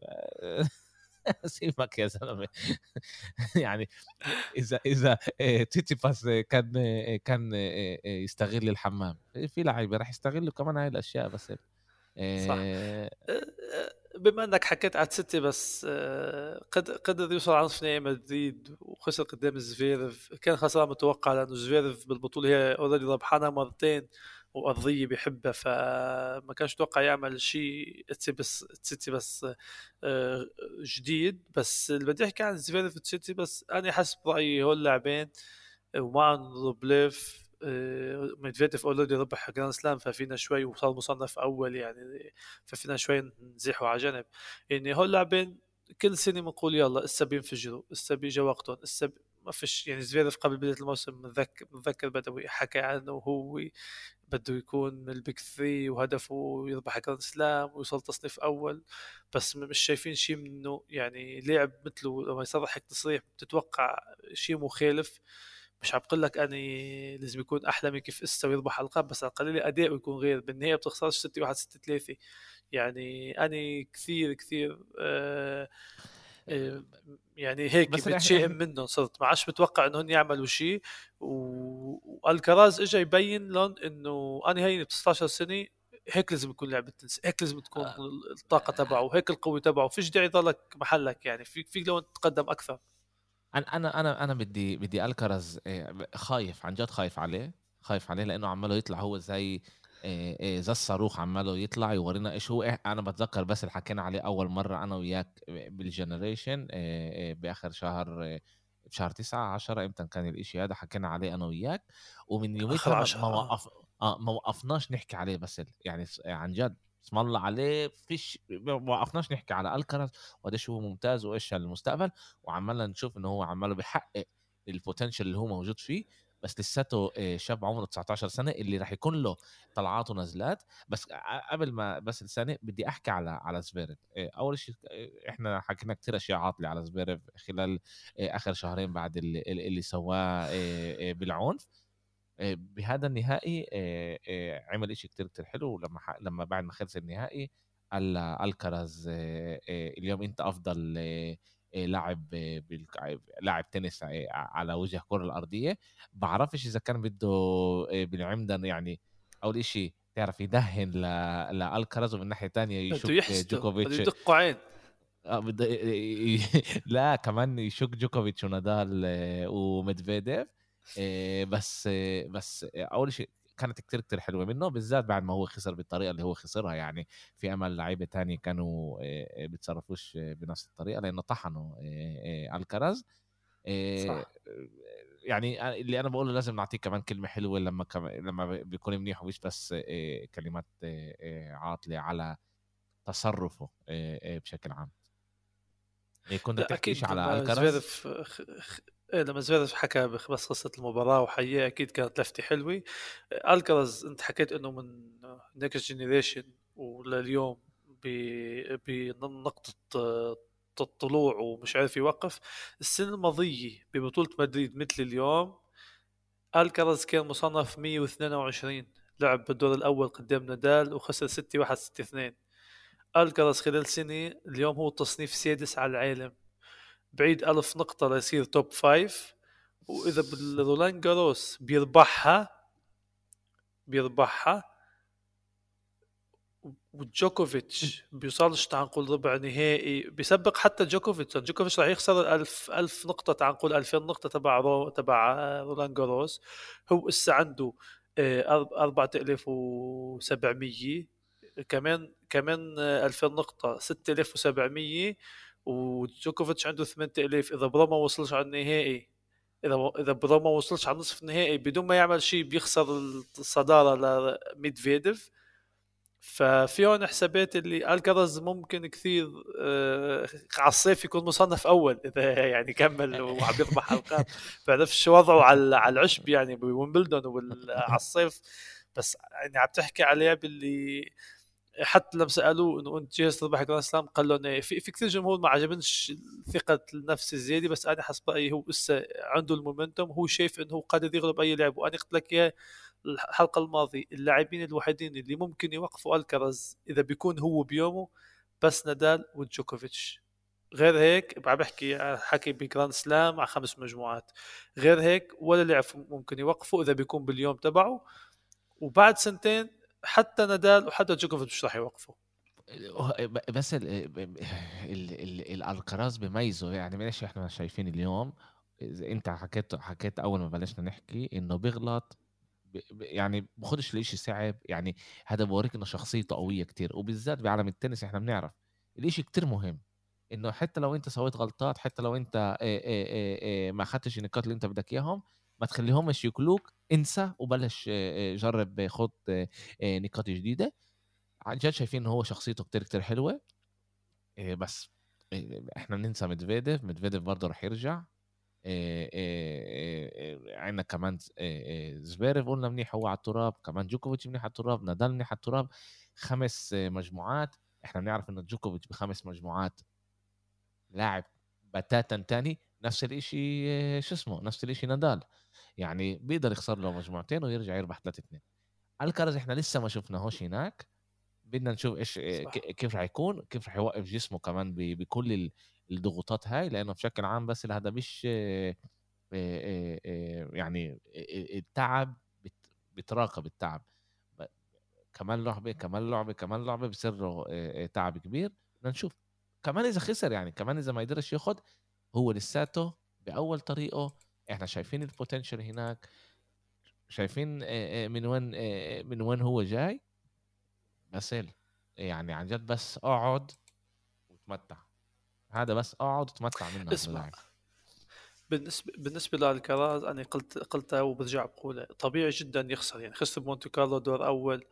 Speaker 1: سيبك يا زلمه. يعني اذا اذا آه، تيتي باس كان آه، كان آه، آه، يستغل الحمام، في لعيبه راح يستغلوا كمان هاي الاشياء. بس
Speaker 2: صح.
Speaker 1: آه،
Speaker 2: بما انك حكيت على السيتي بس، آه، قد قدر يوصل على نصف نهائي مدريد وخسر قدام زفيرف. كان خسارة متوقع لانه زفيرف بالبطولة هي اوريدي ربحانة مرتين وارضية بيحبها، فما كانش متوقع يعمل شيء السيتي بس السيتي بس آه، جديد. بس اللي بدي احكي عن زفيرف والسيتي، بس انا حسب رايي هول اللاعبين ومعهم روبليف. آه، ميدفيديف اوريدي ربح جراند سلام، ففينا شوي وصار مصنف اول يعني، ففينا شوي نزيحوا على جنب. يعني هول لاعبين كل سنه بنقول يلا اسا بينفجروا، اسا بيجي وقتهم، اسا ب... ما فيش يعني. زفيرف قبل بدايه الموسم متذكر متذكر بدوي حكى عنه وهو بده يكون من البيك ثري وهدفه يربح جراند سلام ويوصل تصنيف اول، بس م- مش شايفين شيء منه يعني. لاعب مثله لما يصرح هيك تصريح بتتوقع شيء مخالف. مش عم بقول لك اني لازم يكون احلى من كيف اسا ويربح القاب، بس على القليله اداؤه يكون غير. بالنهايه بتخسرش ستة واحد ستة ثلاثة يعني. اني كثير كثير آه آه يعني هيك
Speaker 1: بس احنا
Speaker 2: بتشائم
Speaker 1: احنا
Speaker 2: منهم، صرت ما عادش بتوقع انهم يعملوا شيء. و- والكراز اجى يبين لهم انه انا هي ب ستة عشر سنه هيك لازم يكون لعبة تنس، هيك لازم تكون
Speaker 1: آه،
Speaker 2: الطاقة تبعه وهيك القوة تبعه. فيش داعي يضلك محلك يعني، فيك فيك لو تتقدم أكثر.
Speaker 1: انا انا انا انا بدي بدي الكرز آه، خايف عن جد، خايف عليه. خايف عليه لانه عماله يطلع هو زي آه، آه، زي الصاروخ، عماله يطلع يورينا ايش هو. إيه- انا بتذكر بس اللي حكينا عليه اول مره انا وياك بالجنريشن آه، آه، باخر شهر آه، بشهر تسعة عشرة امتى كان الاشي هذا، حكينا عليه انا وياك. ومن
Speaker 2: آخر
Speaker 1: يوميتها ما
Speaker 2: عشرة
Speaker 1: ما
Speaker 2: آه.
Speaker 1: وقف اه ما وقفناش نحكي عليه. بس ال- يعني س- عن جد اسم الله عليه، فيش ما وقفناش نحكي على الكراز وقديش هو ممتاز وايش المستقبل، وعمالنا نشوف انه هو عماله بيحقق البوتنشل اللي هو موجود فيه. بس لساته آه، شاب عمره تسعتاشر سنه اللي راح يكون له طلعات ونزلات. بس ع- قبل ما بس السنه بدي احكي على على زفيرف. آه، اول شيء آه، احنا حكينا كتير اشياء عاطله على زفيرف خلال آه، اخر شهرين بعد اللي, اللي سواه آه، آه، بالعنف. آه، بهذا النهائي آه، آه، عمل إشي كتير كتير حلو لما ح... لما بعد ما خلص النهائي قال الكراز آه، آه، اليوم انت افضل آه، آه، لاعب آه، بالك- لاعب تنس آه، على وجه الكرة الأرضية. بعرفش إذا كان بده آه، بالعمدة يعني أول إشي تعرف يدهن ل... لالكراز، ومن ناحية تانية
Speaker 2: بده
Speaker 1: يشك
Speaker 2: يحسده، بده
Speaker 1: جوكوفيتش.
Speaker 2: يدقوا عين.
Speaker 1: آه، بده ي- ي- لا كمان يشك جوكوفيتش ونادال آه، وميدفيديف. آه، بس آه، بس آه، اول شيء كانت كتير كتير حلوه منه، بالذات بعد ما هو خسر بالطريقه اللي هو خسرها. يعني في امل لعيبه تاني كانوا آه، آه، بيتصرفوش آه، بنفس الطريقه لانه طحنوا آه، آه، الكراز. آه،
Speaker 2: صح.
Speaker 1: يعني أنا- اللي انا بقوله لازم نعطيه كمان كلمه حلوه لما كم... لما بيكون منيح، ومش بس آه، كلمات آه، آه، عاطله على تصرفه آه، آه، بشكل عام. إيه كنت
Speaker 2: لا
Speaker 1: تحكي إشي
Speaker 2: اكيد
Speaker 1: على
Speaker 2: لما
Speaker 1: الكرز؟
Speaker 2: زفيرف خ... خ... إيه، لما زفيرف حكى بس قصة المباراة وحياه أكيد كانت لفتة حلوة. الكرز أنت حكيت إنه من نيكست جينيريشن ولليوم ب... بنقطة الطلوع ومش عارف يوقف. السنة الماضية ببطولة مدريد مثل اليوم، الكرز كان مصنف مية واثنين وعشرين، لعب بالدور الأول قدام نادال وخسر ستة واحد ستة اثنين. الكرز خلال سنة اليوم هو التصنيف السادس على العالم، بعيد ألف نقطة ليصير توب فايف. وإذا بالرولان جاروس بيربحها بيربحها، وجوكوفيتش بيوصلش تعال نقول ربع نهائي، بيسبق حتى جوكوفيتش. جوكوفيتش راح يخسر الألف ألف نقطة، تعال نقول ألفين نقطة تبع رو تبع رولان جاروس. هو إسا عنده أربعة آلاف وسبعمية، كمان كمان آه، ألفين نقطة ستة آلاف وسبعمية. وجوكوفيتش عنده ثمانية آلاف. إذا برا ما وصلش على النهائي، إذا إذا برا ما وصلش على نصف النهائي بدون ما يعمل شيء بيخسر الصدارة لميدفيديف. ففي هون حسابات اللي الكرز ممكن كثير آه، على الصيف يكون مصنف اول اذا يعني كمل وعم يربح القاب. بعرفش شو وضعه على على العشب يعني بويمبلدون وعلى الصيف. بس يعني عم تحكي عليه باللي حتى لما سالوه انه انت جاهز تربح جراند سلام قال لهم إيه. في, في كثير جمهور ما عجبنش ثقه النفس الزياده، بس انا حسب رايي هو لسه عنده المومنتوم، هو شايف انه هو قادر يغلب اي لاعب. وانا قلت لك اياه الحلقه الماضيه، اللاعبين الوحيدين اللي ممكن يوقفوا الكرز اذا بيكون هو بيومه بس نادال وجوكوفيتش. غير هيك عم بحكي حكي بجراند سلام على خمس مجموعات، غير هيك ولا لاعب ممكن يوقفه اذا بيكون باليوم تبعه. وبعد سنتين حتى نادال وحتى جوكوفيتش مش راح يوقفوا.
Speaker 1: بس ال ال ال الالكراز بميزه، يعني ماشي احنا شايفين اليوم. إذا انت حكيت حكيت اول ما بلشنا نحكي انه بيغلط ب- ب- يعني بخدش الاشي صعب يعني. هذا بوريك انه شخصيته قوية كتير، وبالذات بعالم التنس احنا بنعرف الاشي كتير مهم. انه حتى لو انت سويت غلطات، حتى لو انت آه، آه، آه، آه، ما اخدتش النقاط اللي انت بدك اياهم، ما تخليهمش ياكلوك، انسى وبلش آه، آه، جرب خد آه، آه، نقاط جديدة. عن جد شايفين ان هو شخصيته كتير كتير حلوة. آه، بس آه، احنا ننسى ميدفيديف. ميدفيديف برضه رح يرجع. آه، آه، آه، عندنا كمان آه، آه، زفيرف قلنا منيح هو على التراب، كمان جوكوفيتش منيح على التراب، نادال منيح على التراب. خمس آه، مجموعات. احنا بنعرف انه جوكوفيتش بخمس مجموعات لاعب بتاتا تاني. نفس الاشي آه، شو اسمه نفس الاشي نادال. يعني بيقدر يخسر له مجموعتين ويرجع يربح ثلاثة اثنين. الكرز احنا لسه ما شفناهوش هناك. بدنا نشوف ايش إيه، ك-
Speaker 2: صح.
Speaker 1: كيف راح يكون، كيف راح يوقف جسمه كمان ب- بكل ال- الضغوطات هاي، لانه بشكل عام بس هذا مش إيه، إيه، إيه، يعني إيه، التعب بت- بتراقب التعب. ب- كمان لعبة كمان لعبة كمان لعبة بصير له إيه، إيه، تعب كبير. بدنا نشوف كمان اذا خسر، يعني كمان اذا ما قدرش ياخد. هو لساته باول طريقه. احنا شايفين البوتنشال هناك، شايفين إيه، إيه، من وين إيه، من وين هو جاي. بس يلا، يعني عن جد بس اقعد وتمتع. هذا بس اقعد وتمتع منه هذا
Speaker 2: اسمع،
Speaker 1: اللاعب.
Speaker 2: بالنسبة بالنسبة للكراز أنا قلت قلتها وبرجع بقولها، طبيعي جدا يخسر. يعني خسر بمونte كارلو دور أول،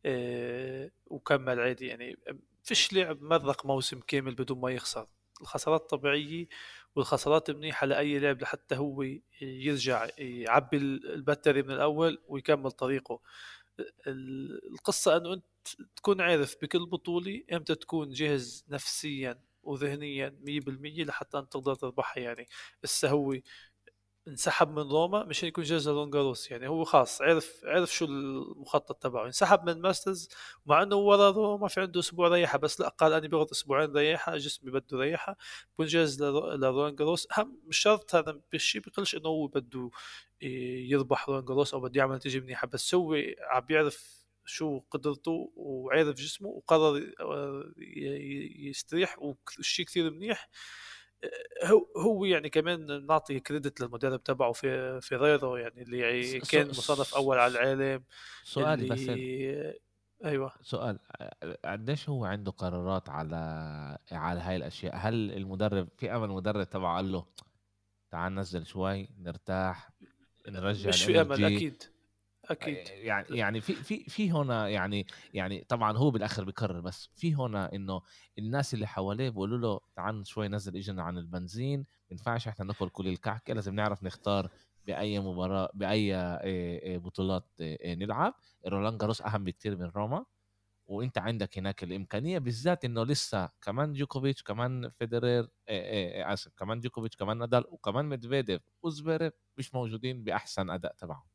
Speaker 2: آه، وكمل عادي يعني. فيش لعب مرق موسم كامل بدون ما يخسر. الخسارات طبيعية، والخسارات منيحة لأي لاعب لحتى هو يرجع يعبي البتري من الأول ويكمل طريقه. ال- القصة أنه أنت تكون عارف بكل بطولة إمتى تكون جاهز نفسيا وذهنيا مية بالمية لحتى أن تقدر تربحها يعني. هسه هو انسحب من روما مشان يكون جاهز لرونجاروس، يعني هو خلاص عرف عرف شو المخطط تبعه. انسحب من ماسترز مع انه ورا روما في عنده اسبوع ريحه، بس لا، قال انا بغض اسبوعين ريحه، جسمي بده ريحه، بكون جاهز لرو- لرونجاروس. هم مش شرط هذا بالشيء بيقولش انه هو بده إيه، يربح رونجاروس او بده يعمل نتيجه منيحه، بس هو عم بيعرف شو قدرته وعارف جسمه وقرر آه، ي- ي- يستريح، والشيء كثير منيح. هو هو يعني كمان نعطي كريدت للمدرب تبعه في فيريرو، يعني
Speaker 1: س-
Speaker 2: اللي
Speaker 1: س-
Speaker 2: كان مصنف
Speaker 1: س-
Speaker 2: اول على العالم.
Speaker 1: سؤالي بس،
Speaker 2: اللي ايوه.
Speaker 1: سؤال، قديش هو عنده قرارات على على هاي الاشياء؟ هل المدرب في امل المدرب تبعه قال له تعال ننزل شوي نرتاح نرجع
Speaker 2: مش في امل،
Speaker 1: الانرجي؟
Speaker 2: اكيد اكيد.
Speaker 1: يعني يعني في في في هنا يعني يعني طبعا هو بالاخر بيقرر، بس في هنا انه الناس اللي حواليه بيقولوا له تعال شوي نزل اجنا عن البنزين، ما ينفعش احنا ناكل كل الكعكه، لازم نعرف نختار باي مباراه باي آه، آه، بطولات آه، آه، نلعب. رولان جاروس اهم بكتير من روما، وانت عندك هناك الامكانيه، بالذات انه لسه كمان جوكوفيتش كمان فيدرر آه، آه، آه، اسف كمان جوكوفيتش كمان نادال وكمان ميدفيديف وزبيريف مش موجودين باحسن اداء تبعهم.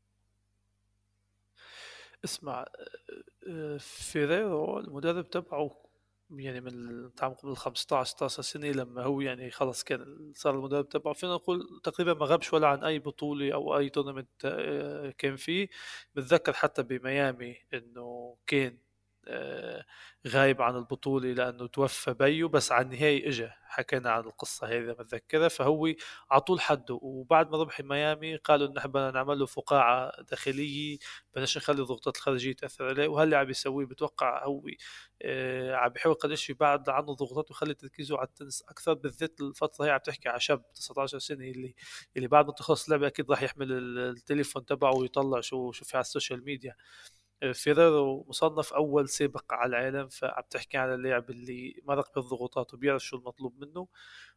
Speaker 2: اسمع، آه، فيريرو المدرب تبعه يعني من بتاع قبل خمستاشر ستاشر سنة، لما هو يعني خلص كان صار المدرب تبعه، فينا نقول تقريبا ما غابش ولا عن أي بطولة أو أي تورنمنت آه، كان فيه. بتذكر حتى بميامي إنه كان آه، غايب عن البطولة لأنه توفى بيو، بس على النهاية إجا حكينا عن القصة هذه متذكرة. فهو على طول حده، وبعد ما ربح ميامي قالوا إن نحن بدنا نعمل له فقاعة داخلية، بدناش نخلي الضغوطات الخارجية تأثر عليه. وهلا عم يسويه بتوقع هو آه، عم بيحاول قديش يبعد عنه الضغوطات ويخلي تركيزه على التنس اكثر، بالذات الفتره هي عم تحكي على شاب تسعطعش سنه، اللي اللي بعد ما تخلص اللعبه اكيد راح يحمل ال- التليفون تبعه ويطلع شو شو في على السوشيال ميديا. آه، فيريرو مصنف اول سابق على العالم، فعم تحكي على اللاعب اللي مرق بالضغوطات وبيعرف شو المطلوب منه،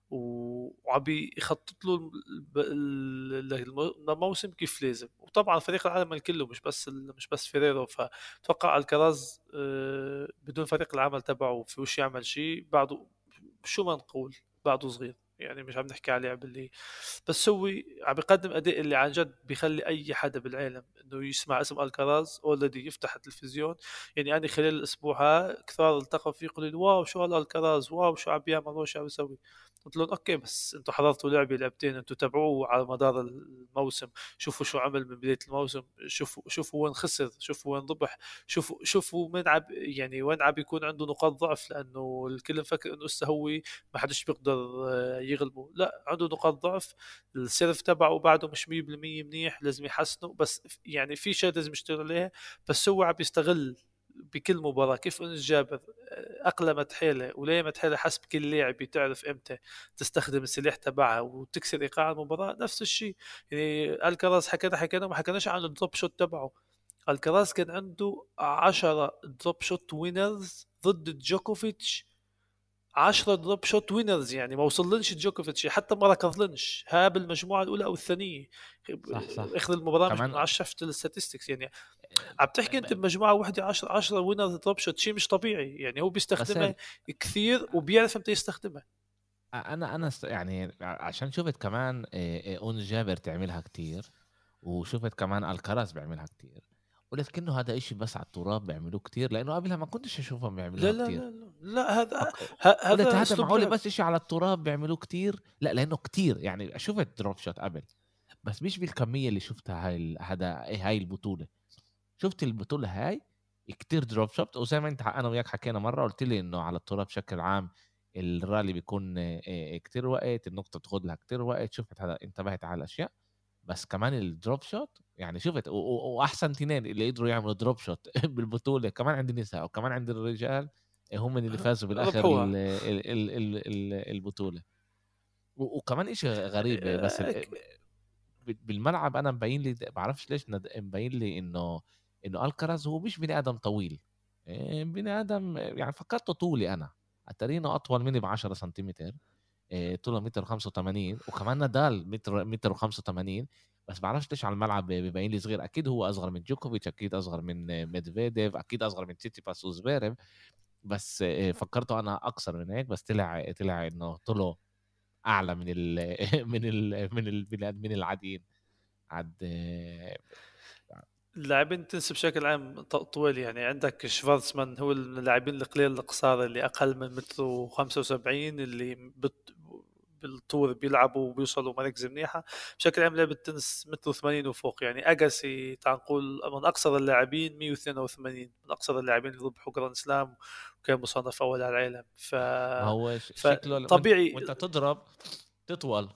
Speaker 2: و- وعم بيخطط له الب- ال- ال- الموسم كيف لازم. وطبعا فريق العمل كله، مش بس ال- مش بس فيريرو. فتوقع الكراز آه، بدون فريق العمل تبعه في وش يعمل شيء بعده. شو ما نقول، بعده صغير يعني، مش عم نحكي عليه باللي، بس هو عم بيقدم اداء اللي عن جد بيخلي اي حدا بالعالم انه يسمع اسم الكراز اوريدي يفتح التلفزيون. يعني انا خلال الاسبوع ها كثار التقوا فيه يقولوا لي واو شو هالالكراز، واو شو عم بيعمل، واو شو عم بيسوي. قلت لهم اوكي، بس انتوا حضرتوا لعبه لعبتين، انتوا تابعوه على مدار الموسم، شوفوا شو عمل من بدايه الموسم، شوفوا شوفوا وين خسر، شوفوا وين ربح، شوفوا شوفوا وين عب يعني وين عم بيكون عنده نقاط ضعف، لانه الكل مفكر انه هسه هو ما حدش بيقدر آه، يغلبه. لا، عنده نقاط ضعف. السيرف تبعه بعده مش مية بالمية منيح، لازم يحسنه، بس يعني في شيء لازم يشتغل عليه. بس هو عم يستغل بكل مباراة كيف انس جابر آه، أقلمت حيله وليمت حيله حسب كل لاعب، بتعرف امتى تستخدم السلاح تبعها وتكسر ايقاع المباراة. نفس الشيء يعني الكراز حكينا حكينا ما حكيناش عن الدروب شوت تبعه. الكراز كان عنده عشرة دروب شوت وينرز ضد جوكوفيتش، عشرة دروب شوت وينرز، يعني ما وصلنش جوكوفيتش حتى ما ركضلنش ها بالمجموعة الأولى أو الثانية.
Speaker 1: صح صح
Speaker 2: اخذ المباراة مش من
Speaker 1: كمان.
Speaker 2: عشرة، شفت الستاتستكس يعني. عم تحكي انت بمجموعه واحده عشرة عشرة وينر دروب شوت، شيء مش طبيعي يعني. هو بيستخدمها
Speaker 1: باسل،
Speaker 2: كثير وبيعرف امتى يستخدمها.
Speaker 1: انا انا است- يعني عشان شفت كمان آه، آه، اون جابر تعملها كتير، وشفت كمان الكراز بيعملها كتير، ولكنه هذا إشي بس على التراب بيعملوه كتير، لانه قبلها ما كنتش اشوفهم
Speaker 2: لا
Speaker 1: بيعملوها
Speaker 2: لا
Speaker 1: كتير.
Speaker 2: لا لا, لا هذا
Speaker 1: أك-
Speaker 2: ه-
Speaker 1: قلت
Speaker 2: هذا
Speaker 1: هذا
Speaker 2: اسلوب
Speaker 1: معقول
Speaker 2: لعب.
Speaker 1: بس إشي على التراب بيعملوه كتير؟ لا، لانه كتير يعني شفت دروب شوت قبل، بس مش بالكميه اللي شفتها هاي ال- هذا إيه هاي البطوله. شفت البطوله هاي كتير دروب شوت، وزي ما انت انا وياك حكينا مره قلت لي انه على التراب بشكل عام الرالي بيكون آه، آه، كتير وقت، النقطه بتاخد لها كتير وقت. شفت هذا، انتبهت على الاشياء، بس كمان الدروب شوت يعني شفت و- و- واحسن تنين اللي قدروا يعملوا دروب شوت بالبطوله كمان عند النساء وكمان عند الرجال، هم من اللي فازوا بالاخر ال-
Speaker 2: ربحوها.
Speaker 1: ال- ال- ال- ال- البطوله. و- وكمان إشي غريب بس ال- بالملعب انا مبين لي، بعرفش ليش ند- مبين لي انه انه الكراز هو مش بني ادم طويل، إيه، بني ادم يعني فكرته طولي انا، اترينه اطول مني ب عشرة سنتيمتر، إيه، طوله متر خمسة وثمانين، وكمان نادال متر متر وخمسة وثمانين. بس بعرفش ليش على الملعب بيبين لي صغير، اكيد هو اصغر من جوكوفيتش، اكيد اصغر من ميدفيديف، اكيد اصغر من تيتيباس وزفيرف. بس إيه، فكرته انا اكثر من هيك، بس طلع طلع انه طوله اعلى من ال من ال من البني ادمين العاديين. عاد إيه،
Speaker 2: اللاعبين تنسى بشكل عام ط- طويل، يعني عندك شفارتسمان هو من اللاعبين القليل القصار اللي أقل من متر وخمسة وسبعين، اللي بت... بالطول بيلعبوا وبيوصلوا مراكز منيحة. بشكل عام لعبة التنس متر وثمانين وفوق، يعني أجاسي تعال نقول من أقصر اللاعبين مية واثنين وثمانين، من أقصر اللاعبين اللي ربحوا جراند سلام وكان مصنف أول على العالم. ف...
Speaker 1: ما هو ش- شكله وانت
Speaker 2: فطبيعي.
Speaker 1: وانت تضرب تطول.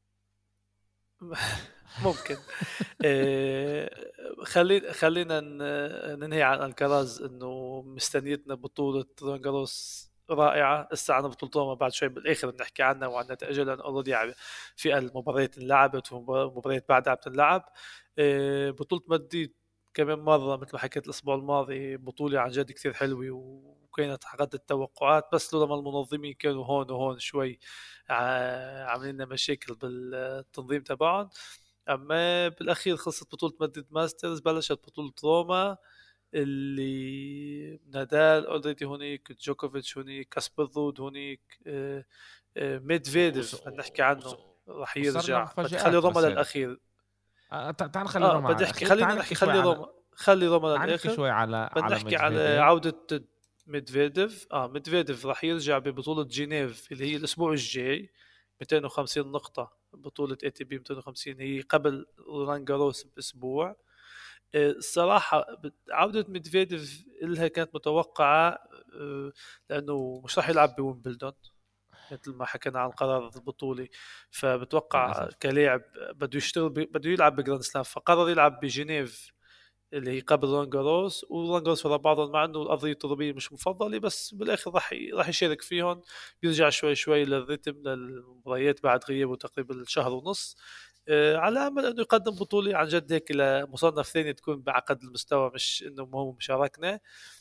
Speaker 2: ممكن. إيه، خلي خلينا ن- ننهي عن الكراز انه مستنيتنا بطولة رولان جاروس رائعة. لسه عنا بطولة روما بعد شوي بالاخر بنحكي عنها وعن نتائجها، لان اوريدي في المباريات انلعبت ومباريات بعدها بتنلعب. إيه، بطولة مدريد كمان مرة مثل ما حكيت الأسبوع الماضي بطولة عن جد كثير حلوة وكانت حققت التوقعات، بس لولا ما المنظمين كانوا هون وهون شوي ع- عاملين لنا مشاكل بالتنظيم تبعهم. اما بالاخير خلصت بطوله مدريد ماسترز، بلشت بطوله روما اللي نادال اوريدي هونيك، جوكوفيتش هونيك، كاسبر رود هونيك، آه، آه،
Speaker 1: وص...
Speaker 2: ميدفيديف بدنا نحكي
Speaker 1: وص...
Speaker 2: عنه راح
Speaker 1: وصار لنا
Speaker 2: يرجع. بدي خلي
Speaker 1: مفاجآت
Speaker 2: روما
Speaker 1: بس هل.
Speaker 2: للاخير.
Speaker 1: آه، تع- تعال نخلي
Speaker 2: اه
Speaker 1: روما على
Speaker 2: بدي احكي،
Speaker 1: الاخير،
Speaker 2: خلينا
Speaker 1: تعال
Speaker 2: نحكي
Speaker 1: نحكي شوي
Speaker 2: خلي
Speaker 1: على
Speaker 2: روما خلي روما
Speaker 1: تعال نحكي
Speaker 2: للاخر.
Speaker 1: شوي على
Speaker 2: بدنا
Speaker 1: على
Speaker 2: نحكي على
Speaker 1: ميدفيديف.
Speaker 2: عودة ميدفيديف. اه ميدفيديف راح يرجع ببطولة جنيف اللي هي الأسبوع الجاي، مئتين وخمسين نقطة. بطولة اي تي بي مئتين وخمسين هي قبل رولان جاروس بأسبوع. آه، الصراحة بت- عودة ميدفيديف إلها كانت متوقعة، آه، لأنه مش راح يلعب بويمبلدون مثل ما حكينا عن قرار البطولة. فبتوقع
Speaker 1: للاسف.
Speaker 2: كلاعب بده يشتغل ب- بده يلعب بجراند سلام، فقرر يلعب بجنيف اللي هي قبل رولان جاروس ورولان جاروس ورا بعضهم، مع انه الارضيه الترابيه مش مفضله، بس بالاخر راح ي- راح يشارك فيهم. بيرجع شوي شوي للريتم للمباريات بعد غيابه تقريبا شهر ونص، آه، على امل انه يقدم بطوله عن جد هيك لمصنف ثاني تكون بعقد المستوى، مش انه هو مشاركنا.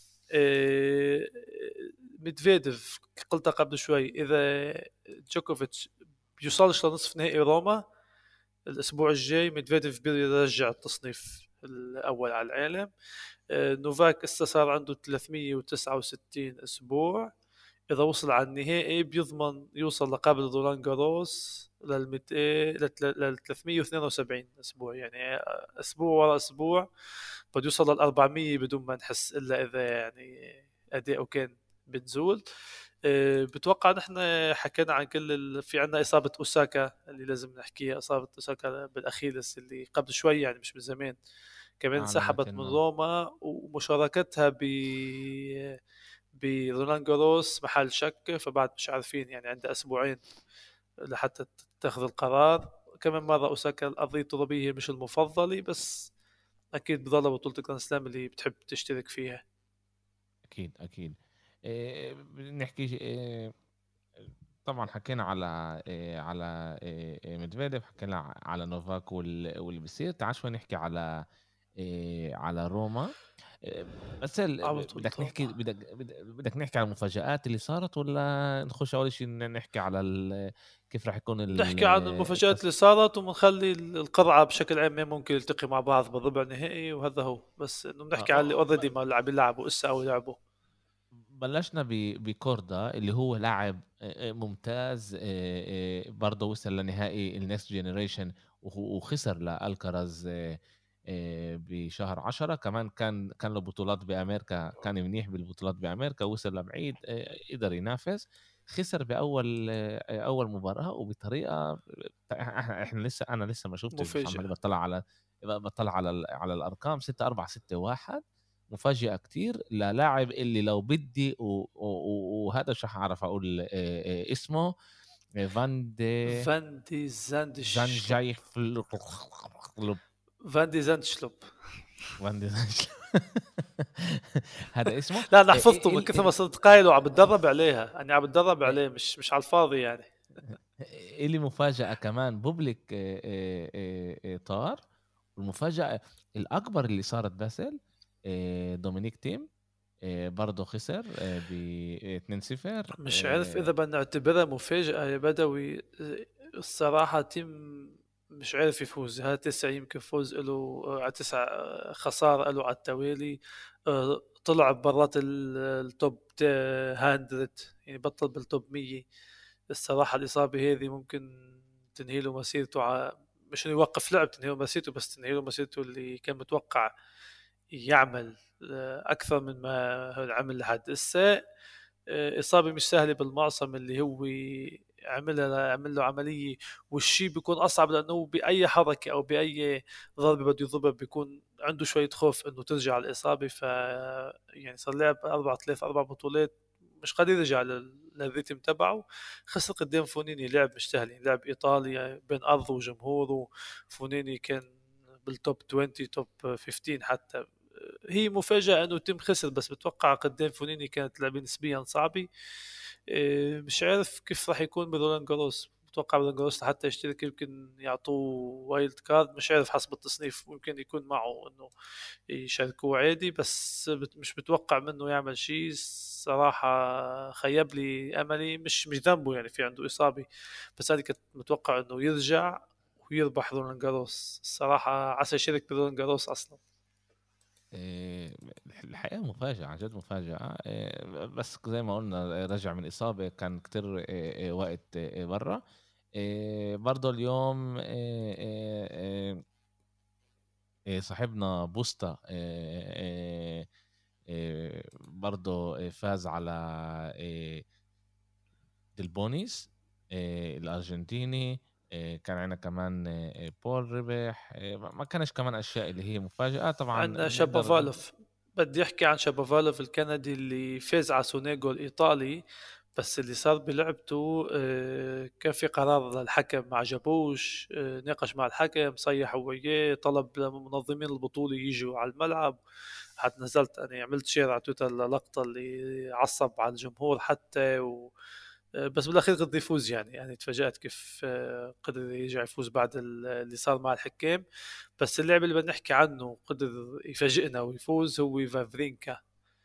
Speaker 2: آه، ميدفيديف قلتها قبل شوي، اذا جوكوفيتش بيوصلش لنصف نهائي روما الاسبوع الجاي، ميدفيديف بيرجع التصنيف الاول على العالم. آه، نوفاك هسه صار عنده ثلاثمية وتسعة وستين اسبوع، اذا وصل على النهائي بيضمن يوصل لقبل رولان جاروس لل مئتين لل ثلاثمية واثنين وسبعين اسبوع، يعني اسبوع ورا اسبوع بده يوصل لل أربعمية بدون ما نحس، الا اذا يعني اداؤه كان بنزول. آه، بتوقع نحن حكينا عن كل ال... في عنا إصابة أوساكا اللي لازم نحكيها، إصابة أوساكا بالأخيلس اللي قبل شوي يعني مش من زمان كمان
Speaker 1: اعلنت
Speaker 2: انسحبت من
Speaker 1: انه
Speaker 2: روما، ومشاركتها ب برولان جاروس محل شك، فبعد مش عارفين يعني عندها أسبوعين لحتى تاخذ القرار. كمان مرة أوساكا الأرضية الترابية مش المفضلة، بس أكيد بضل بطولة الجراند سلام اللي بتحب تشترك فيها.
Speaker 1: اكيد اكيد. إيه بنحكي إيه، طبعا حكينا على إيه على إيه ميدفيديف، حكينا على نوفاك وال- واللي بيصير. تعال شوي نحكي على إيه على روما. إيه بس ال-
Speaker 2: على بطولة
Speaker 1: بدك نحكي
Speaker 2: روما
Speaker 1: بدك بدك بدك نحكي على المفاجآت اللي صارت، ولا نخش اول شيء نحكي على ال- كيف راح يكون ال-
Speaker 2: نحكي عن المفاجآت
Speaker 1: التص...
Speaker 2: اللي صارت، وبنخلي القرعة بشكل عام مين ممكن يلتقي مع بعض بالربع النهائي، وهذا هو. بس انه
Speaker 1: آه،
Speaker 2: بنحكي على اللي
Speaker 1: آه،
Speaker 2: اوريدي
Speaker 1: ب-
Speaker 2: ما لعب يلعبوا اسا او لعبوا.
Speaker 1: بلشنا ب- بكوردا اللي هو لاعب آه، آه، ممتاز، آه، آه، برضه وصل لنهائي النكست جينيريشن وخسر لالكراز آه، آه، بشهر عشرة. كمان كان كان له بطولات بأمريكا، كان منيح بالبطولات بأمريكا، وصل لبعيد، آه، قدر ينافس. خسر بأول آه، أول مباراة وبطريقة، احنا احنا لسه أنا لسه ما شفتش، بس عمالي
Speaker 2: مفاجأة.
Speaker 1: بطلع على بطلع على ال- على الأرقام. ستة أربعة ستة واحد. مفاجئة كتير للاعب اللي لو بدي و- و- و- وهذا مش رح اعرف اقول آه، آه، اسمه، آه، فان دي
Speaker 2: فان دي زاند
Speaker 1: زان
Speaker 2: شلوب.
Speaker 1: جاي فلوب.
Speaker 2: فان دي زاند شلوب.
Speaker 1: فان دي زان هذا اسمه.
Speaker 2: لا انا
Speaker 1: آه،
Speaker 2: حفظته من
Speaker 1: ال-
Speaker 2: كثر ما
Speaker 1: ال-
Speaker 2: صرت قايله وعم بتدرب عليها، انا عم بتدرب
Speaker 1: آه،
Speaker 2: عليه مش مش على الفاضي يعني.
Speaker 1: اللي مفاجأة كمان بوبليك آه، آه، آه، آه، طار. والمفاجأة الأكبر اللي صارت باسل، آه، دومينيك تيم آه، برضه خسر ب اتنين صفر.
Speaker 2: مش عارف إذا بدنا نعتبرها مفاجأة يا بدوي. الصراحة تيم مش عارف يفوز، ها تسعة يمكن فوز له، على تسعة خسارة له على التوالي. آه، طلع برات ال- التوب مية، يعني بطل بالتوب مية. الصراحة الإصابة هذه ممكن تنهي له مسيرته، ع... مش إنه يوقف لعب، تنهي له مسيرته، بس تنهي له مسيرته اللي كان متوقع يعمل آه، أكثر من ما هو عمل لحد هسه. آه، إصابة مش سهلة بالمعصم اللي هو عملها، عمل له عملية. والشيء بيكون أصعب لأنه بأي حركة أو بأي ضربة بده يضربها بيكون عنده شوية خوف إنه ترجع الإصابة. ف يعني صار لعب أربع ثلاث أربع بطولات مش قادر يرجع لل- للريتم تبعه. خسر قدام فونيني، لعب مش سهل يعني، لعب إيطاليا بين أرضه وجمهوره. فونيني كان بالتوب عشرين توب خمستاشر حتى. هي مفاجأة انه تم خسر، بس بتوقع قدام فونيني كانت لعبة نسبيا صعبة. إيه، مش عارف كيف راح يكون برولان جاروس. بتوقع برولان جاروس حتى يشترك يمكن يعطوه وايلد كارد، مش عارف حسب التصنيف ممكن يكون معه انه يشاركوه عادي، بس بت مش بتوقع منه يعمل شيء صراحة. خيب لي املي، مش مش ذنبه يعني، في عنده اصابة. بس انا كنت متوقع انه يرجع ويربح رولان جاروس. الصراحة عسى يشارك برولان جاروس اصلا.
Speaker 1: آه، الحقيقة مفاجأة، عن جد مفاجأة. آه، بس زي ما قلنا رجع من إصابة كان كتير آه، آه، وقت آه، برا. آه، برضه اليوم آه، آه، آه، آه، صاحبنا بوستا آه، آه، آه، برضه آه، فاز على آه، ديلبونيس آه، الأرجنتيني. آه، كان عندنا كمان آه، بول ربح. آه، ما كانش كمان أشياء اللي هي مفاجأة طبعا
Speaker 2: عندنا
Speaker 1: بنقدر نقول.
Speaker 2: شابوفالوف. بدي احكي عن شابوفالوف الكندي اللي فاز على سونيجو الايطالي. بس اللي صار بلعبته، آه، كان في قرار للحكم ما عجبوش، آه، ناقش مع الحكم، صيح وياه، طلب منظمين البطولة يجوا على الملعب. حتى نزلت انا عملت شير على تويتر للقطة اللي عصب على الجمهور حتى و... آه، بس بالاخير قدر يفوز يعني يعني تفاجأت كيف آه، قدر يرجع يفوز بعد ال- اللي صار مع الحكام. بس اللاعب اللي بدنا نحكي عنه قدر يفاجئنا ويفوز هو فافرينكا،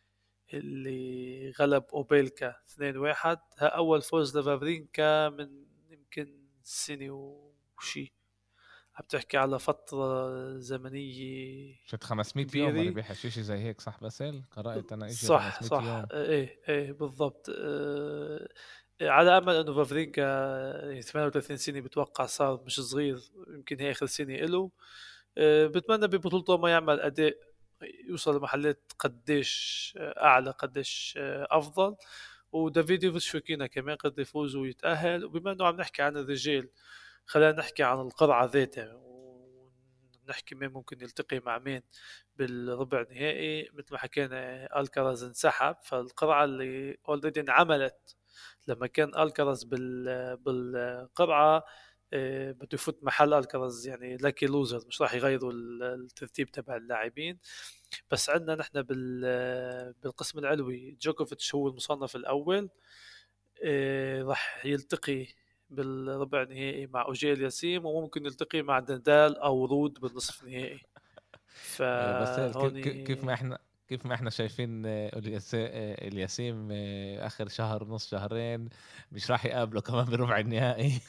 Speaker 2: اللي غلب أوبيلكا اثنين واحد. ها أول فوز لفافرينكا من يمكن سنة وشي. عم تحكي على فترة زمنية
Speaker 1: شت خمسمية يوم
Speaker 2: كبيرة.
Speaker 1: ربح شيء زي هيك، صح؟ باسل قرأت انا اشي
Speaker 2: صح
Speaker 1: خمسمية
Speaker 2: صح،
Speaker 1: يوم.
Speaker 2: ايه ايه بالضبط. آه، على امل انه فافرينكا يعني ثمانية وثلاثين سنه، بتوقع صار مش صغير، يمكن هي اخر سنه له. آه، بتمنى ببطولته ما يعمل اداء يوصل لمحلات قديش آه، اعلى، قديش آه، افضل. ودافيديوفيتش فيكينا كمان قد يفوز ويتاهل. وبما انه عم نحكي عن الرجال، خلينا نحكي عن القرعه ذاتها، ونحكي مين ممكن يلتقي مع مين بالربع النهائي. مثل ما حكينا الكراز انسحب، فالقرعه اللي اوريدي انعملت لما كان الكراز بال بالقرعه، آه، بده يفوت محل الكراز، يعني لاكي لوزر، مش راح يغيروا ال- الترتيب تبع اللاعبين. بس عندنا نحن بال بالقسم العلوي جوكوفيتش هو المصنف الاول. آه، راح يلتقي بالربع النهائي مع اوجيل ياسيم، وممكن يلتقي مع نادال او رود بالنصف النهائي.
Speaker 1: آه، باسل كيف
Speaker 2: فهون
Speaker 1: كيف كيف ما احنا كيف ما احنا شايفين آه، الياس- آه، الياسيم آه، اخر شهر نص شهرين مش راح يقابله كمان بربع النهائي.